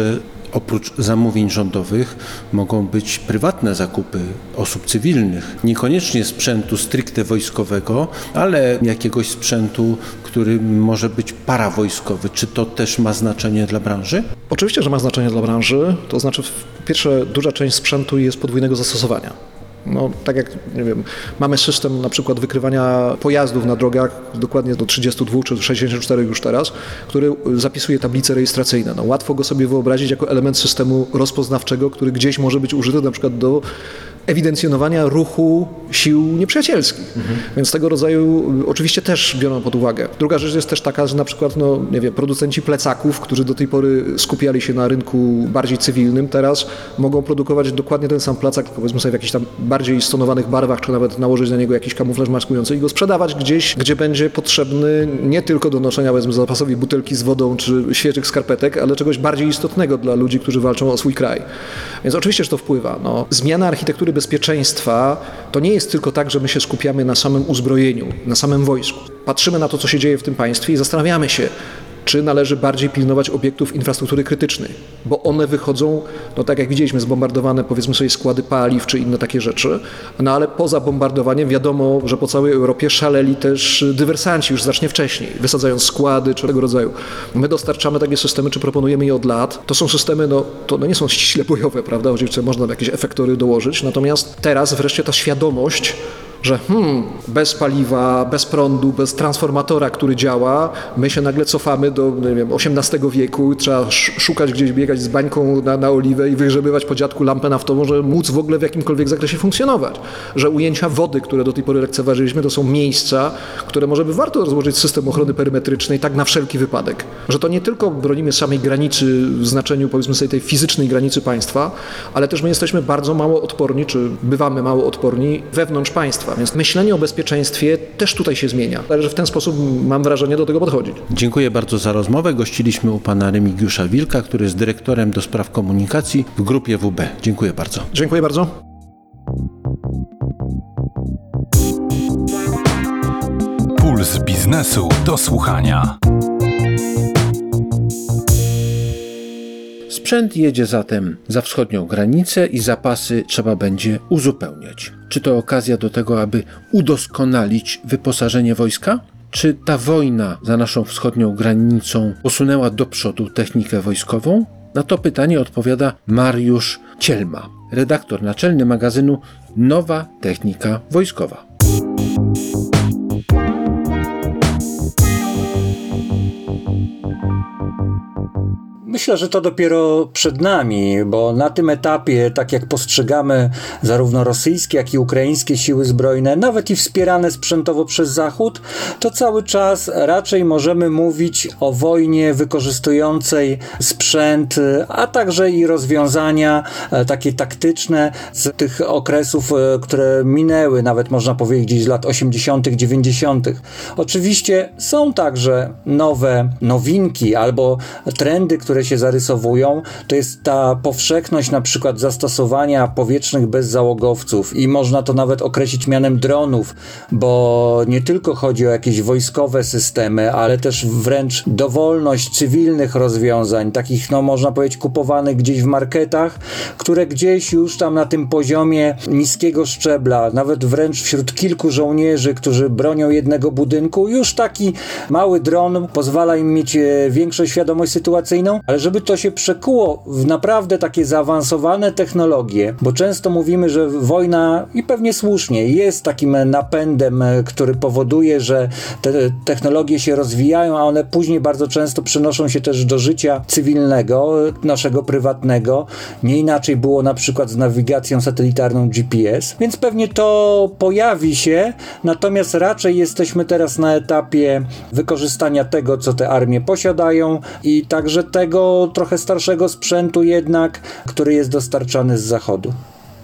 oprócz zamówień rządowych mogą być prywatne zakupy osób cywilnych. Niekoniecznie sprzętu stricte wojskowego, ale jakiegoś sprzętu, który może być parawojskowy. Czy to też ma znaczenie dla branży? Oczywiście, że ma znaczenie dla branży. To znaczy, po pierwsze, duża część sprzętu jest podwójnego zastosowania. No, tak jak, nie wiem, mamy system na przykład wykrywania pojazdów na drogach, dokładnie do trzydziestu dwóch czy sześćdziesięciu czterech już teraz, który zapisuje tablice rejestracyjne. No, łatwo go sobie wyobrazić jako element systemu rozpoznawczego, który gdzieś może być użyty na przykład do ewidencjonowania ruchu sił nieprzyjacielskich. Mhm. Więc tego rodzaju oczywiście też biorą pod uwagę. Druga rzecz jest też taka, że na przykład, no nie wiem, producenci plecaków, którzy do tej pory skupiali się na rynku bardziej cywilnym, teraz mogą produkować dokładnie ten sam plecak, tylko powiedzmy sobie w jakichś tam bardziej stonowanych barwach, czy nawet nałożyć na niego jakiś kamuflaż maskujący i go sprzedawać gdzieś, gdzie będzie potrzebny nie tylko do noszenia, powiedzmy, zapasowej butelki z wodą, czy świeżych skarpetek, ale czegoś bardziej istotnego dla ludzi, którzy walczą o swój kraj. Więc oczywiście, że to wpływa. No, zmiana architektury bezpieczeństwa to nie jest tylko tak, że my się skupiamy na samym uzbrojeniu, na samym wojsku. Patrzymy na to, co się dzieje w tym państwie i zastanawiamy się, czy należy bardziej pilnować obiektów infrastruktury krytycznej, bo one wychodzą, no tak jak widzieliśmy, zbombardowane, powiedzmy sobie, składy paliw czy inne takie rzeczy, no ale poza bombardowaniem wiadomo, że po całej Europie szaleli też dywersanci już znacznie wcześniej, wysadzając składy czy tego rodzaju. My dostarczamy takie systemy, czy proponujemy je od lat. To są systemy, no to no nie są ściśle bojowe, prawda, oczywiście można jakieś efektory dołożyć, natomiast teraz wreszcie ta świadomość, że hmm, bez paliwa, bez prądu, bez transformatora, który działa, my się nagle cofamy do, nie wiem, osiemnastego wieku, trzeba szukać gdzieś, biegać z bańką na, na oliwę i wygrzebywać po dziadku lampę naftową, żeby móc w ogóle w jakimkolwiek zakresie funkcjonować. Że ujęcia wody, które do tej pory lekceważyliśmy, to są miejsca, które może by warto rozłożyć system ochrony perymetrycznej tak na wszelki wypadek. Że to nie tylko bronimy samej granicy w znaczeniu, powiedzmy sobie, tej fizycznej granicy państwa, ale też my jesteśmy bardzo mało odporni, czy bywamy mało odporni wewnątrz państwa. Więc myślenie o bezpieczeństwie też tutaj się zmienia. Także w ten sposób, mam wrażenie, do tego podchodzić. Dziękuję bardzo za rozmowę. Gościliśmy u pana Remigiusza Wilka, który jest dyrektorem do spraw komunikacji w grupie W B. Dziękuję bardzo. Dziękuję bardzo. Puls biznesu do słuchania. Sprzęt jedzie zatem za wschodnią granicę i zapasy trzeba będzie uzupełniać. Czy to okazja do tego, aby udoskonalić wyposażenie wojska? Czy ta wojna za naszą wschodnią granicą posunęła do przodu technikę wojskową? Na to pytanie odpowiada Mariusz Cielma, redaktor naczelny magazynu Nowa Technika Wojskowa. Myślę, że to dopiero przed nami, bo na tym etapie, tak jak postrzegamy zarówno rosyjskie, jak i ukraińskie siły zbrojne, nawet i wspierane sprzętowo przez Zachód, to cały czas raczej możemy mówić o wojnie wykorzystującej sprzęt, a także i rozwiązania takie taktyczne z tych okresów, które minęły, nawet można powiedzieć z lat osiemdziesiątych, dziewięćdziesiątych. Oczywiście są także nowe nowinki albo trendy, które się zarysowują, to jest ta powszechność na przykład zastosowania powietrznych bezzałogowców i można to nawet określić mianem dronów, bo nie tylko chodzi o jakieś wojskowe systemy, ale też wręcz dowolność cywilnych rozwiązań, takich, no można powiedzieć, kupowanych gdzieś w marketach, które gdzieś już tam na tym poziomie niskiego szczebla, nawet wręcz wśród kilku żołnierzy, którzy bronią jednego budynku, już taki mały dron pozwala im mieć większą świadomość sytuacyjną, ale żeby to się przekuło w naprawdę takie zaawansowane technologie, bo często mówimy, że wojna, i pewnie słusznie, jest takim napędem, który powoduje, że te technologie się rozwijają, a one później bardzo często przenoszą się też do życia cywilnego, naszego prywatnego. Nie inaczej było na przykład z nawigacją satelitarną G P S, więc pewnie to pojawi się, natomiast raczej jesteśmy teraz na etapie wykorzystania tego, co te armie posiadają i także tego trochę starszego sprzętu jednak, który jest dostarczany z zachodu.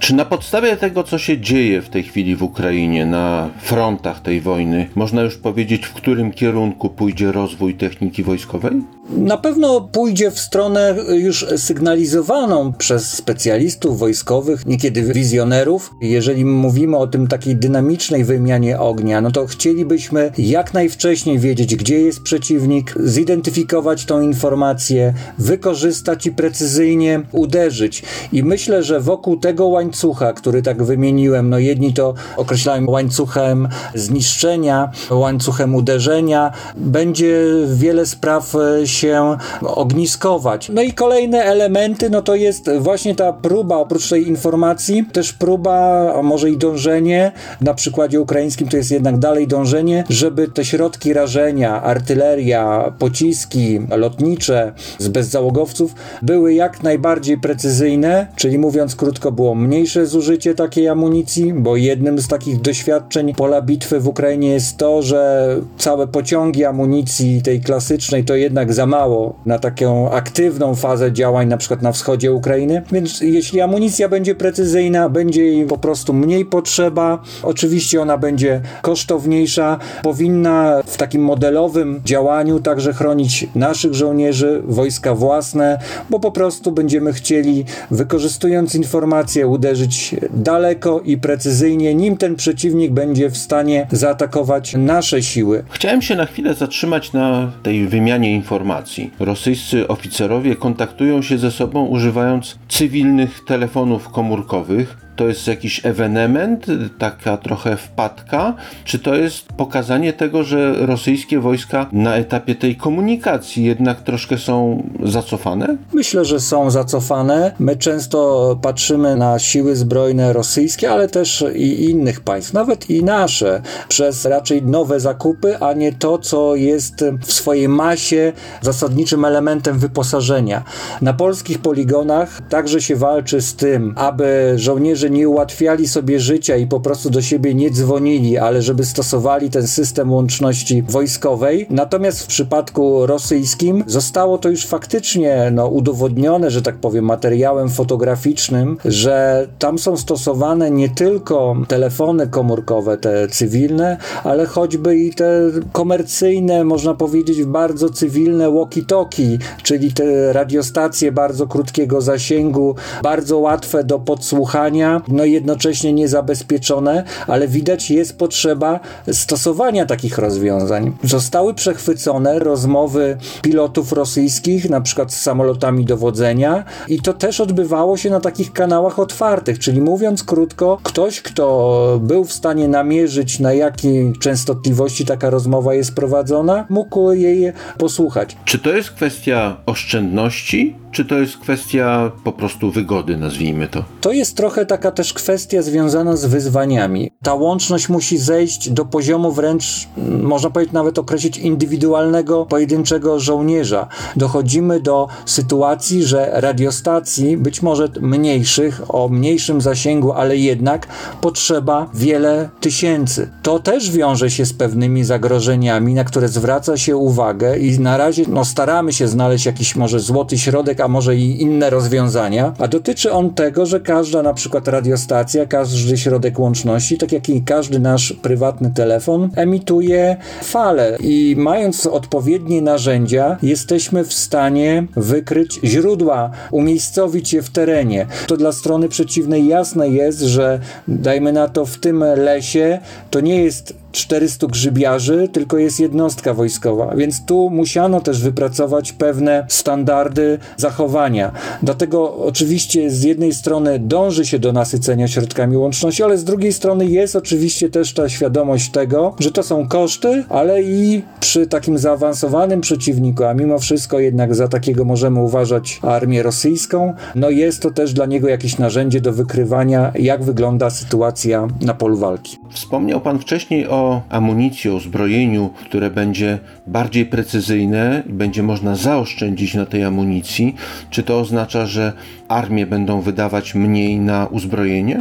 Czy na podstawie tego, co się dzieje w tej chwili w Ukrainie, na frontach tej wojny, można już powiedzieć, w którym kierunku pójdzie rozwój techniki wojskowej? Na pewno pójdzie w stronę już sygnalizowaną przez specjalistów wojskowych, niekiedy wizjonerów. Jeżeli mówimy o tym takiej dynamicznej wymianie ognia, no to chcielibyśmy jak najwcześniej wiedzieć, gdzie jest przeciwnik, zidentyfikować tą informację, wykorzystać i precyzyjnie uderzyć. I myślę, że wokół tego łańcucha, który tak wymieniłem, no jedni to określają łańcuchem zniszczenia, łańcuchem uderzenia, będzie wiele spraw się ogniskować. No i kolejne elementy, no to jest właśnie ta próba, oprócz tej informacji, też próba, a może i dążenie, na przykładzie ukraińskim to jest jednak dalej dążenie, żeby te środki rażenia, artyleria, pociski lotnicze z bezzałogowców były jak najbardziej precyzyjne, czyli mówiąc krótko, było mniejsze zużycie takiej amunicji, bo jednym z takich doświadczeń pola bitwy w Ukrainie jest to, że całe pociągi amunicji tej klasycznej to jednak za mało na taką aktywną fazę działań na przykład na wschodzie Ukrainy, więc jeśli amunicja będzie precyzyjna, będzie jej po prostu mniej potrzeba, oczywiście ona będzie kosztowniejsza, powinna w takim modelowym działaniu także chronić naszych żołnierzy, wojska własne, bo po prostu będziemy chcieli, wykorzystując informacje, uderzyć daleko i precyzyjnie, nim ten przeciwnik będzie w stanie zaatakować nasze siły. Chciałem się na chwilę zatrzymać na tej wymianie informacji. Rosyjscy oficerowie kontaktują się ze sobą używając cywilnych telefonów komórkowych. To jest jakiś ewenement, taka trochę wpadka, czy to jest pokazanie tego, że rosyjskie wojska na etapie tej komunikacji jednak troszkę są zacofane? Myślę, że są zacofane. My często patrzymy na siły zbrojne rosyjskie, ale też i innych państw, nawet i nasze, przez raczej nowe zakupy, a nie to, co jest w swojej masie zasadniczym elementem wyposażenia. Na polskich poligonach także się walczy z tym, aby żołnierze nie ułatwiali sobie życia i po prostu do siebie nie dzwonili, ale żeby stosowali ten system łączności wojskowej. Natomiast w przypadku rosyjskim zostało to już faktycznie no, udowodnione, że tak powiem, materiałem fotograficznym, że tam są stosowane nie tylko telefony komórkowe, te cywilne, ale choćby i te komercyjne, można powiedzieć bardzo cywilne walkie-talkie, czyli te radiostacje bardzo krótkiego zasięgu, bardzo łatwe do podsłuchania, no jednocześnie niezabezpieczone, ale widać jest potrzeba stosowania takich rozwiązań. Zostały przechwycone rozmowy pilotów rosyjskich, na przykład z samolotami dowodzenia i to też odbywało się na takich kanałach otwartych, czyli mówiąc krótko, ktoś, kto był w stanie namierzyć, na jakiej częstotliwości taka rozmowa jest prowadzona, mógł jej posłuchać. Czy to jest kwestia oszczędności, czy to jest kwestia po prostu wygody, nazwijmy to? To jest trochę taka też kwestia związana z wyzwaniami. Ta łączność musi zejść do poziomu wręcz, można powiedzieć, nawet określić indywidualnego, pojedynczego żołnierza. Dochodzimy do sytuacji, że radiostacji, być może mniejszych, o mniejszym zasięgu, ale jednak potrzeba wiele tysięcy. To też wiąże się z pewnymi zagrożeniami, na które zwraca się uwagę i na razie no, staramy się znaleźć jakiś może złoty środek, a może i inne rozwiązania, a dotyczy on tego, że każda na przykład radiostacja, każdy środek łączności, tak jak i każdy nasz prywatny telefon, emituje fale i mając odpowiednie narzędzia, jesteśmy w stanie wykryć źródła, umiejscowić je w terenie. To dla strony przeciwnej jasne jest, że dajmy na to w tym lesie, to nie jest czterystu grzybiarzy, tylko jest jednostka wojskowa, więc tu musiano też wypracować pewne standardy zachowania. Dlatego oczywiście z jednej strony dąży się do nasycenia środkami łączności, ale z drugiej strony jest oczywiście też ta świadomość tego, że to są koszty, ale i przy takim zaawansowanym przeciwniku, a mimo wszystko jednak za takiego możemy uważać armię rosyjską, no jest to też dla niego jakieś narzędzie do wykrywania, jak wygląda sytuacja na polu walki. Wspomniał Pan wcześniej o amunicji, o uzbrojeniu, które będzie bardziej precyzyjne i będzie można zaoszczędzić na tej amunicji. Czy to oznacza, że armie będą wydawać mniej na uzbrojenie?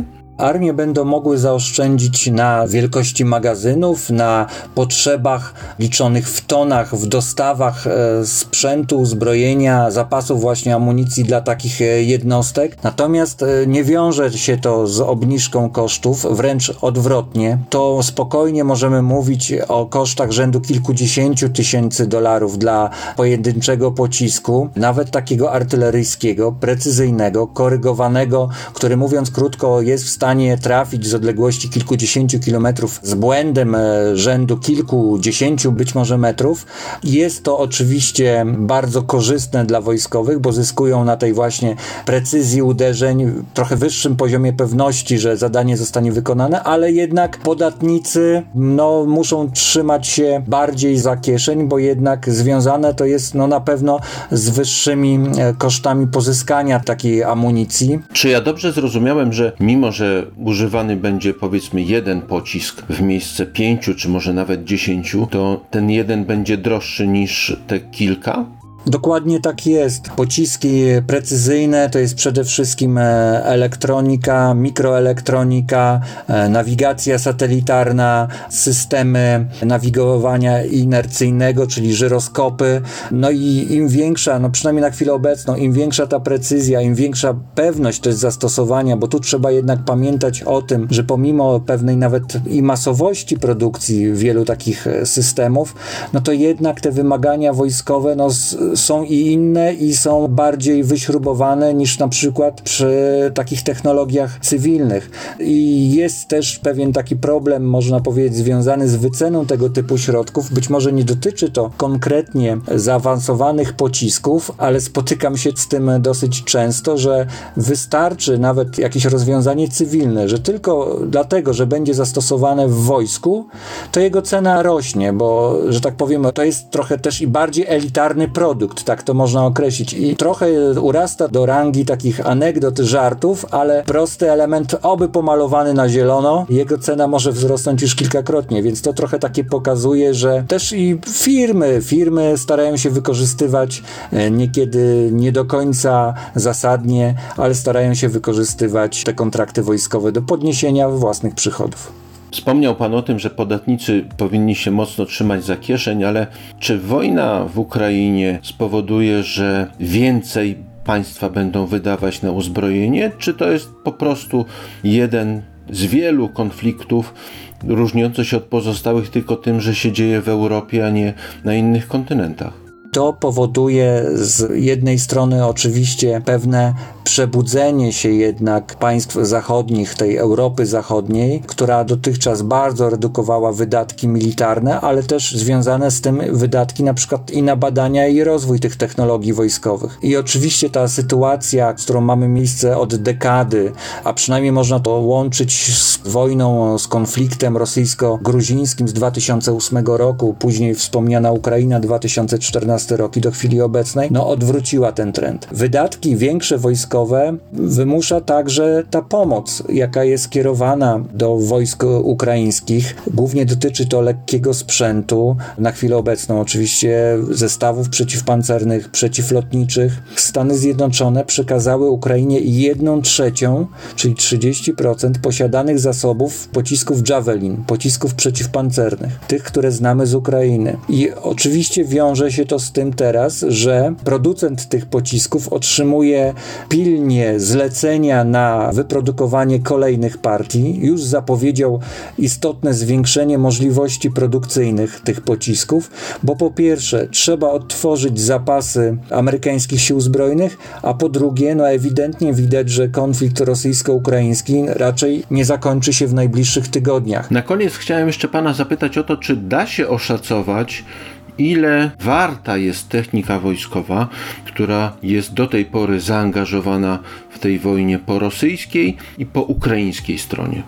armie będą mogły zaoszczędzić na wielkości magazynów, na potrzebach liczonych w tonach, w dostawach e, sprzętu, uzbrojenia, zapasów właśnie amunicji dla takich e, jednostek. Natomiast e, nie wiąże się to z obniżką kosztów, wręcz odwrotnie. To spokojnie możemy mówić o kosztach rzędu kilkudziesięciu tysięcy dolarów dla pojedynczego pocisku, nawet takiego artyleryjskiego, precyzyjnego, korygowanego, który mówiąc krótko jest w stanie trafić z odległości kilkudziesięciu kilometrów z błędem e, rzędu kilkudziesięciu być może metrów. Jest to oczywiście bardzo korzystne dla wojskowych, bo zyskują na tej właśnie precyzji uderzeń, trochę wyższym poziomie pewności, że zadanie zostanie wykonane, ale jednak podatnicy no, muszą trzymać się bardziej za kieszeń, bo jednak związane to jest no, na pewno z wyższymi e, kosztami pozyskania takiej amunicji. Czy ja dobrze zrozumiałem, że mimo, że używany będzie powiedzmy jeden pocisk w miejsce pięciu, czy może nawet dziesięciu, to ten jeden będzie droższy niż te kilka? Dokładnie tak jest. Pociski precyzyjne to jest przede wszystkim elektronika, mikroelektronika, nawigacja satelitarna, systemy nawigowania inercyjnego, czyli żyroskopy. No i im większa, no przynajmniej na chwilę obecną, im większa ta precyzja, im większa pewność też zastosowania, bo tu trzeba jednak pamiętać o tym, że pomimo pewnej nawet i masowości produkcji wielu takich systemów, no to jednak te wymagania wojskowe no z są i inne i są bardziej wyśrubowane niż na przykład przy takich technologiach cywilnych. I jest też pewien taki problem, można powiedzieć, związany z wyceną tego typu środków. Być może nie dotyczy to konkretnie zaawansowanych pocisków, ale spotykam się z tym dosyć często, że wystarczy nawet jakieś rozwiązanie cywilne, że tylko dlatego, że będzie zastosowane w wojsku, to jego cena rośnie, bo, że tak powiem, to jest trochę też i bardziej elitarny produkt. Tak to można określić. I trochę urasta do rangi takich anegdot, żartów, ale prosty element, oby pomalowany na zielono, jego cena może wzrosnąć już kilkakrotnie, więc to trochę takie pokazuje, że też i firmy, firmy starają się wykorzystywać niekiedy nie do końca zasadnie, ale starają się wykorzystywać te kontrakty wojskowe do podniesienia własnych przychodów. Wspomniał Pan o tym, że podatnicy powinni się mocno trzymać za kieszeń, ale czy wojna w Ukrainie spowoduje, że więcej państwa będą wydawać na uzbrojenie, czy to jest po prostu jeden z wielu konfliktów różniący się od pozostałych tylko tym, że się dzieje w Europie, a nie na innych kontynentach? To powoduje z jednej strony oczywiście pewne przebudzenie się jednak państw zachodnich, tej Europy Zachodniej, która dotychczas bardzo redukowała wydatki militarne, ale też związane z tym wydatki na przykład i na badania i rozwój tych technologii wojskowych. I oczywiście ta sytuacja, z którą mamy miejsce od dekady, a przynajmniej można to łączyć z wojną, z konfliktem rosyjsko-gruzińskim z dwa tysiące ósmego roku, później wspomniana Ukraina dwa tysiące czternasty rok i do chwili obecnej, no odwróciła ten trend. Wydatki większe wojskowe wymusza także ta pomoc, jaka jest kierowana do wojsk ukraińskich. Głównie dotyczy to lekkiego sprzętu, na chwilę obecną oczywiście zestawów przeciwpancernych, przeciwlotniczych. Stany Zjednoczone przekazały Ukrainie jedną trzecią, czyli trzydzieści procent posiadanych zasobów pocisków Javelin, pocisków przeciwpancernych, tych, które znamy z Ukrainy. I oczywiście wiąże się to z tym teraz, że producent tych pocisków otrzymuje pilnie zlecenia na wyprodukowanie kolejnych partii. Już zapowiedział istotne zwiększenie możliwości produkcyjnych tych pocisków, bo po pierwsze trzeba odtworzyć zapasy amerykańskich sił zbrojnych, a po drugie, no ewidentnie widać, że konflikt rosyjsko-ukraiński raczej nie zakończy się w najbliższych tygodniach. Na koniec chciałem jeszcze Pana zapytać o to, czy da się oszacować, ile warta jest technika wojskowa, która jest do tej pory zaangażowana w tej wojnie po rosyjskiej i po ukraińskiej stronie?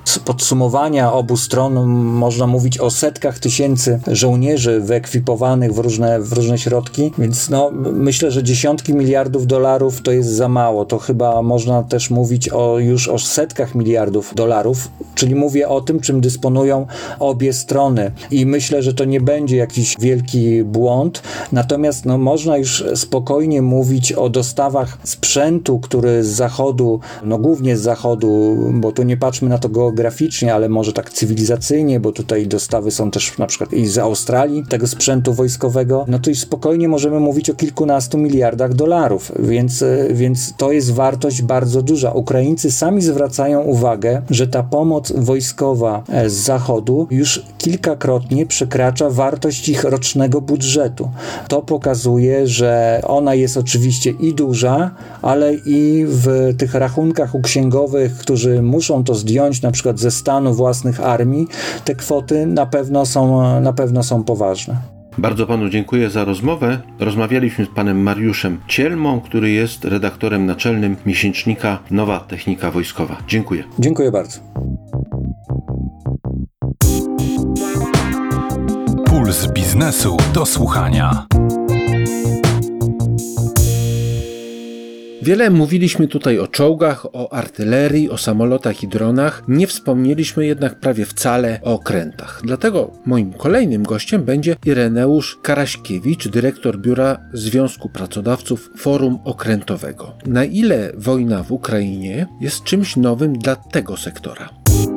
Z podsumowania obu stron można mówić o setkach tysięcy żołnierzy wyekwipowanych w różne, w różne środki, więc no, myślę, że dziesiątki miliardów dolarów to jest za mało. To chyba można też mówić o, już o setkach miliardów dolarów, czyli mówię o tym, czym dysponują obie strony i myślę, że to nie będzie jakiś wielki błąd, natomiast no, można już spokojnie mówić o dostawach sprzętu, który z zachodu, no głównie z zachodu, bo tu nie patrzmy na to geograficznie, ale może tak cywilizacyjnie, bo tutaj dostawy są też na przykład i z Australii, tego sprzętu wojskowego, no to już spokojnie możemy mówić o kilkunastu miliardach dolarów, więc, więc to jest wartość bardzo duża. Ukraińcy sami zwracają uwagę, że ta pomoc wojskowa z zachodu już kilkakrotnie przekracza wartość ich rocznego budżetu. To pokazuje, że ona jest oczywiście i duża, ale i w tych rachunkach u księgowych, którzy muszą to zdjąć na przykład ze stanu własnych armii, te kwoty na pewno są, na pewno są poważne. Bardzo panu dziękuję za rozmowę. Rozmawialiśmy z panem Mariuszem Cielmą, który jest redaktorem naczelnym miesięcznika Nowa Technika Wojskowa. Dziękuję. Dziękuję bardzo. Puls biznesu do słuchania. Wiele mówiliśmy tutaj o czołgach, o artylerii, o samolotach i dronach. Nie wspomnieliśmy jednak prawie wcale o okrętach. Dlatego moim kolejnym gościem będzie Ireneusz Karaśkiewicz, dyrektor biura Związku Pracodawców Forum Okrętowego. Na ile wojna w Ukrainie jest czymś nowym dla tego sektora?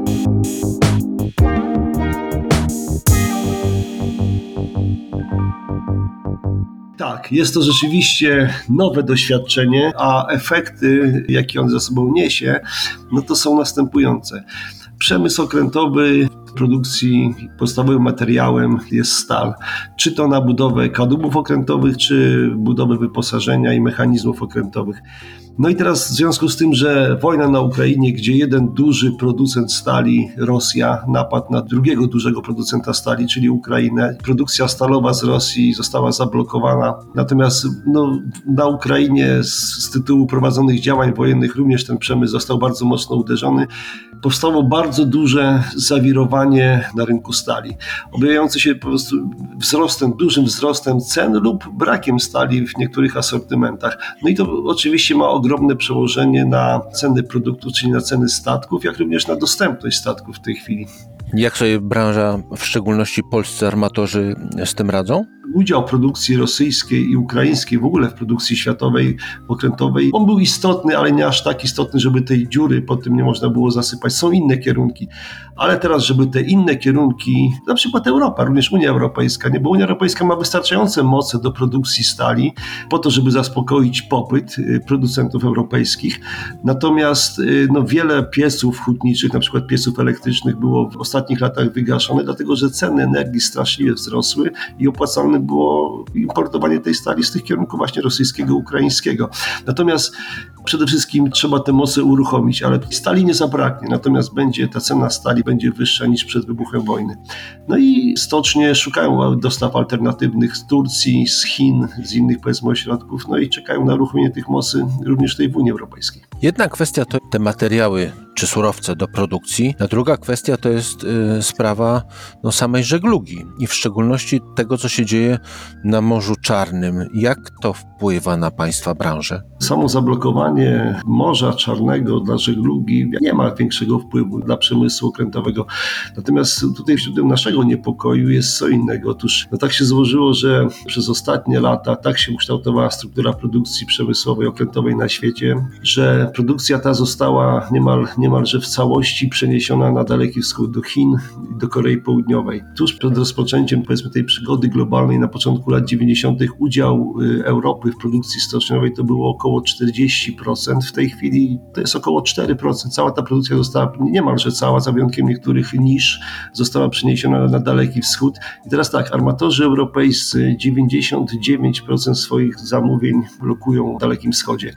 Tak, jest to rzeczywiście nowe doświadczenie, a efekty, jakie on za sobą niesie, no to są następujące. Przemysł okrętowy w produkcji podstawowym materiałem jest stal. Czy to na budowę kadłubów okrętowych, czy budowę wyposażenia i mechanizmów okrętowych. No i teraz w związku z tym, że wojna na Ukrainie, gdzie jeden duży producent stali, Rosja, napadł na drugiego dużego producenta stali, czyli Ukrainę. Produkcja stalowa z Rosji została zablokowana. Natomiast no, na Ukrainie z, z tytułu prowadzonych działań wojennych również ten przemysł został bardzo mocno uderzony. Powstało bardzo duże zawirowanie na rynku stali, objawiające się po prostu wzrostem, dużym wzrostem cen lub brakiem stali w niektórych asortymentach. No i to oczywiście ma ogromne przełożenie na ceny produktów, czyli na ceny statków, jak również na dostępność statków w tej chwili. Jak sobie branża, w szczególności polscy armatorzy, z tym radzą? Udział produkcji rosyjskiej i ukraińskiej w ogóle w produkcji światowej, okrętowej, on był istotny, ale nie aż tak istotny, żeby tej dziury po tym nie można było zasypać. Są inne kierunki, ale teraz, żeby te inne kierunki, na przykład Europa, również Unia Europejska, nie, bo Unia Europejska ma wystarczające moce do produkcji stali po to, żeby zaspokoić popyt producentów europejskich. Natomiast no, wiele pieców hutniczych, na przykład pieców elektrycznych było w ostatnich latach wygaszone, dlatego że ceny energii straszliwie wzrosły i opłacalne było importowanie tej stali z tych kierunków właśnie rosyjskiego, ukraińskiego. Natomiast przede wszystkim trzeba te moce uruchomić, ale stali nie zabraknie, natomiast będzie ta cena stali będzie wyższa niż przed wybuchem wojny. No i stocznie szukają dostaw alternatywnych z Turcji, z Chin, z innych powiedzmy ośrodków, no i czekają na uruchomienie tych mocy również tutaj w Unii Europejskiej. Jedna kwestia to te materiały czy surowce do produkcji, a druga kwestia to jest y, sprawa no, samej żeglugi i w szczególności tego, co się dzieje na Morzu Czarnym. Jak to wpływa na państwa branżę? Samo zablokowanie Morza Czarnego dla żeglugi nie ma większego wpływu dla przemysłu okrętowego. Natomiast tutaj źródłem naszego niepokoju jest co innego. Otóż no tak się złożyło, że przez ostatnie lata tak się ukształtowała struktura produkcji przemysłowej okrętowej na świecie, że produkcja ta została niemal, niemalże w całości przeniesiona na Daleki Wschód, do Chin i do Korei Południowej. Tuż przed rozpoczęciem powiedzmy tej przygody globalnej na początku lat dziewięćdziesiątych udział Europy w produkcji stoczniowej to było około czterdzieści procent. W tej chwili to jest około cztery procent. Cała ta produkcja została, niemalże cała, za wyjątkiem niektórych nisz, została przeniesiona na Daleki Wschód. I teraz tak, armatorzy europejscy dziewięćdziesiąt dziewięć procent swoich zamówień lokują w Dalekim Wschodzie.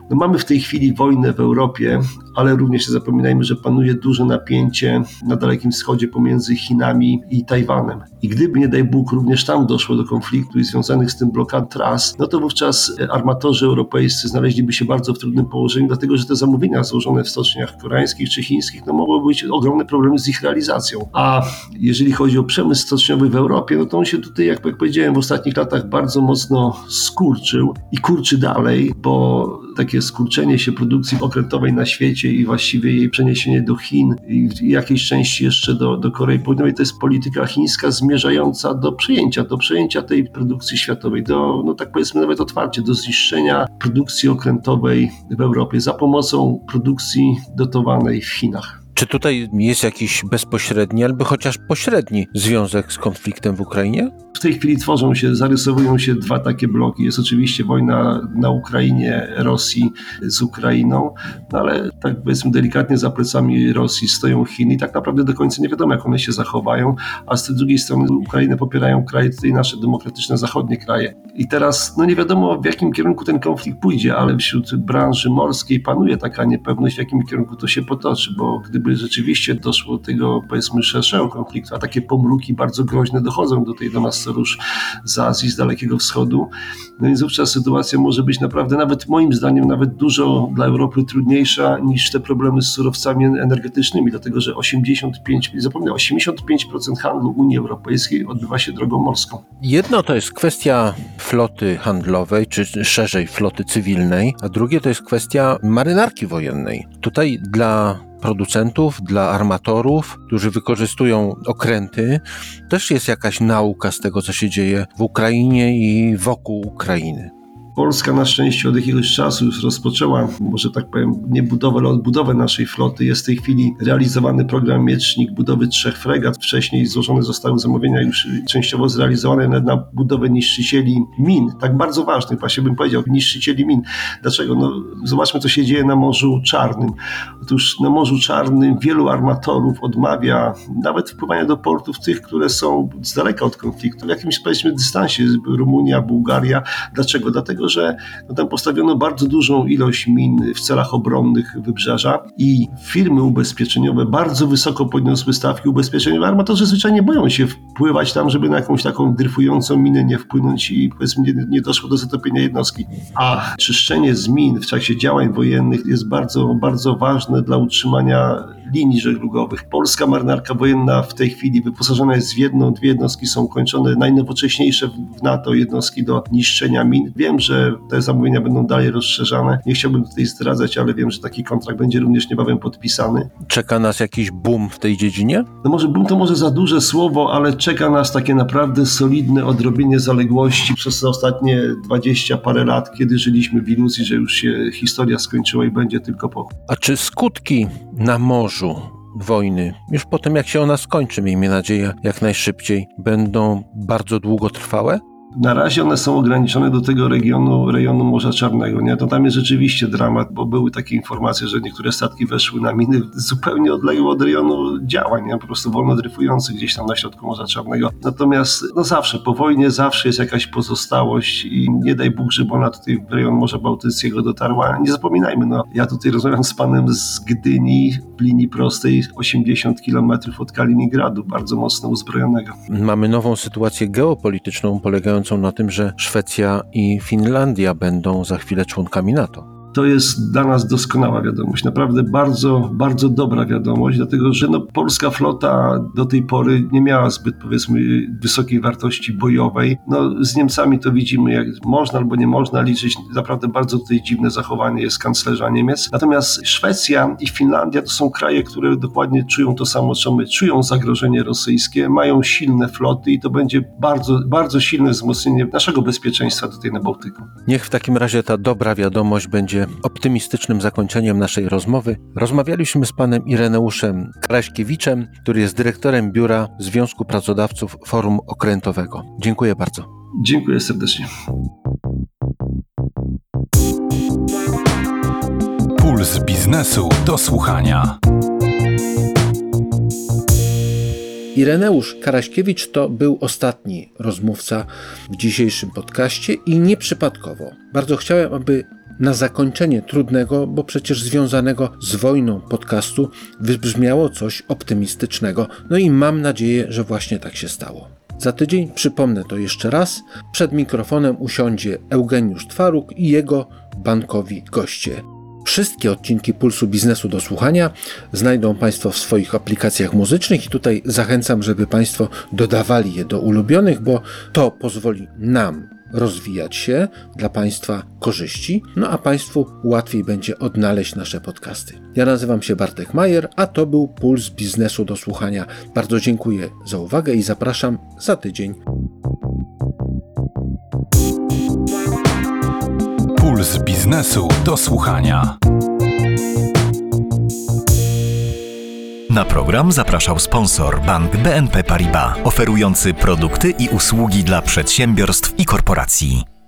No mamy w tej chwili wojnę w Europie, ale również nie zapominajmy, że panuje duże napięcie na Dalekim Wschodzie pomiędzy Chinami i Tajwanem. I gdyby, nie daj Bóg, również tam doszło do konfliktu i związanych z tym blokad tras, no to wówczas armatorzy europejscy znaleźliby się bardzo w trudnym położeniu, dlatego że te zamówienia złożone w stoczniach koreańskich czy chińskich, no mogły być ogromne problemy z ich realizacją. A jeżeli chodzi o przemysł stoczniowy w Europie, no to on się tutaj, jak, jak powiedziałem, w ostatnich latach bardzo mocno skurczył i kurczy dalej, bo takie skurczenie się produkcji okrętowej na świecie i właściwie jej przeniesienie do Chin i w jakiejś części jeszcze do, do Korei Południowej, to jest polityka chińska zmierzająca do przejęcia, do przejęcia tej produkcji światowej, do, no tak powiedzmy nawet otwarcie, do zniszczenia produkcji okrętowej w Europie za pomocą produkcji dotowanej w Chinach. Czy tutaj jest jakiś bezpośredni albo chociaż pośredni związek z konfliktem w Ukrainie? W tej chwili tworzą się, zarysowują się dwa takie bloki. Jest oczywiście wojna na Ukrainie, Rosji z Ukrainą, no ale tak powiedzmy delikatnie za plecami Rosji stoją Chiny i tak naprawdę do końca nie wiadomo, jak one się zachowają, a z tej drugiej strony Ukrainę popierają kraje, tutaj nasze demokratyczne zachodnie kraje. I teraz no nie wiadomo, w jakim kierunku ten konflikt pójdzie, ale wśród branży morskiej panuje taka niepewność, w jakim kierunku to się potoczy, bo gdyby rzeczywiście doszło do tego, powiedzmy, szerszego konfliktu, a takie pomruki bardzo groźne dochodzą do tej do nas już z Azji, z Dalekiego Wschodu, no więc wówczas sytuacja może być naprawdę, nawet moim zdaniem, nawet dużo dla Europy trudniejsza niż te problemy z surowcami energetycznymi, dlatego że osiemdziesiąt pięć, zapomnę, osiemdziesiąt pięć procent handlu Unii Europejskiej odbywa się drogą morską. Jedno to jest kwestia floty handlowej, czy szerzej floty cywilnej, a drugie to jest kwestia marynarki wojennej. Tutaj dla producentów, dla armatorów, którzy wykorzystują okręty, też jest jakaś nauka z tego, co się dzieje w Ukrainie i wokół Ukrainy. Polska na szczęście od jakiegoś czasu już rozpoczęła, może tak powiem, nie budowę, ale odbudowę naszej floty. Jest w tej chwili realizowany program Miecznik budowy trzech fregat. Wcześniej złożone zostały zamówienia już częściowo zrealizowane na budowę niszczycieli min. Tak bardzo ważnych, właśnie bym powiedział, niszczycieli min. Dlaczego? No, zobaczmy, co się dzieje na Morzu Czarnym. Otóż na Morzu Czarnym wielu armatorów odmawia nawet wpływania do portów tych, które są z daleka od konfliktu, w jakimś, powiedzmy, dystansie, Rumunia, Bułgaria. Dlaczego? Dlatego, że no, tam postawiono bardzo dużą ilość min w celach obronnych wybrzeża i firmy ubezpieczeniowe bardzo wysoko podniosły stawki ubezpieczeniowe. Armatorzy zwyczajnie boją się wpływać tam, żeby na jakąś taką dryfującą minę nie wpłynąć i powiedzmy nie, nie doszło do zatopienia jednostki. A czyszczenie z min w czasie działań wojennych jest bardzo, bardzo ważne dla utrzymania linii żeglugowych. Polska marynarka wojenna w tej chwili wyposażona jest w jedną, dwie jednostki są kończone, najnowocześniejsze w NATO jednostki do niszczenia min. Wiem, że te zamówienia będą dalej rozszerzane. Nie chciałbym tutaj zdradzać, ale wiem, że taki kontrakt będzie również niebawem podpisany. Czeka nas jakiś boom w tej dziedzinie? No może boom to może za duże słowo, ale czeka nas takie naprawdę solidne odrobienie zaległości przez te ostatnie dwadzieścia parę lat, kiedy żyliśmy w iluzji, że już się historia skończyła i będzie tylko pokój. A czy skutki na morzu wojny, już po tym jak się ona skończy, miejmy nadzieję, jak najszybciej, będą bardzo długotrwałe? Na razie one są ograniczone do tego regionu, rejonu Morza Czarnego. Nie? To tam jest rzeczywiście dramat, bo były takie informacje, że niektóre statki weszły na miny zupełnie odległe od rejonu działań, nie? Po prostu wolno dryfujące gdzieś tam na środku Morza Czarnego. Natomiast no zawsze, po wojnie zawsze jest jakaś pozostałość i nie daj Bóg, żeby ona tutaj w rejon Morza Bałtyckiego dotarła. Nie zapominajmy, no ja tutaj rozmawiam z panem z Gdyni w linii prostej osiemdziesiąt kilometrów od Kaliningradu, bardzo mocno uzbrojonego. Mamy nową sytuację geopolityczną polegającą na tym, że Szwecja i Finlandia będą za chwilę członkami NATO. To jest dla nas doskonała wiadomość, naprawdę bardzo, bardzo dobra wiadomość, dlatego że no, polska flota do tej pory nie miała zbyt, powiedzmy, wysokiej wartości bojowej. No, z Niemcami to widzimy, jak można albo nie można liczyć, naprawdę bardzo tutaj dziwne zachowanie jest kanclerza Niemiec. Natomiast Szwecja i Finlandia to są kraje, które dokładnie czują to samo, co my, czują zagrożenie rosyjskie, mają silne floty i to będzie bardzo, bardzo silne wzmocnienie naszego bezpieczeństwa tutaj na Bałtyku. Niech w takim razie ta dobra wiadomość będzie optymistycznym zakończeniem naszej rozmowy. Rozmawialiśmy z panem Ireneuszem Kraśkiewiczem, który jest dyrektorem biura Związku Pracodawców Forum Okrętowego. Dziękuję bardzo. Dziękuję serdecznie. Puls biznesu do słuchania. Ireneusz Karaśkiewicz to był ostatni rozmówca w dzisiejszym podcaście i nieprzypadkowo. Bardzo chciałem, aby na zakończenie trudnego, bo przecież związanego z wojną podcastu wybrzmiało coś optymistycznego. No i mam nadzieję, że właśnie tak się stało. Za tydzień, przypomnę to jeszcze raz, przed mikrofonem usiądzie Eugeniusz Twaruk i jego bankowi goście. Wszystkie odcinki Pulsu Biznesu do słuchania znajdą Państwo w swoich aplikacjach muzycznych i tutaj zachęcam, żeby Państwo dodawali je do ulubionych, bo to pozwoli nam rozwijać się, dla Państwa korzyści, no a Państwu łatwiej będzie odnaleźć nasze podcasty. Ja nazywam się Bartek Majer, a to był Puls Biznesu do słuchania. Bardzo dziękuję za uwagę i zapraszam za tydzień. Puls Biznesu do słuchania. Na program zapraszał sponsor Bank B N P Paribas, oferujący produkty i usługi dla przedsiębiorstw i korporacji.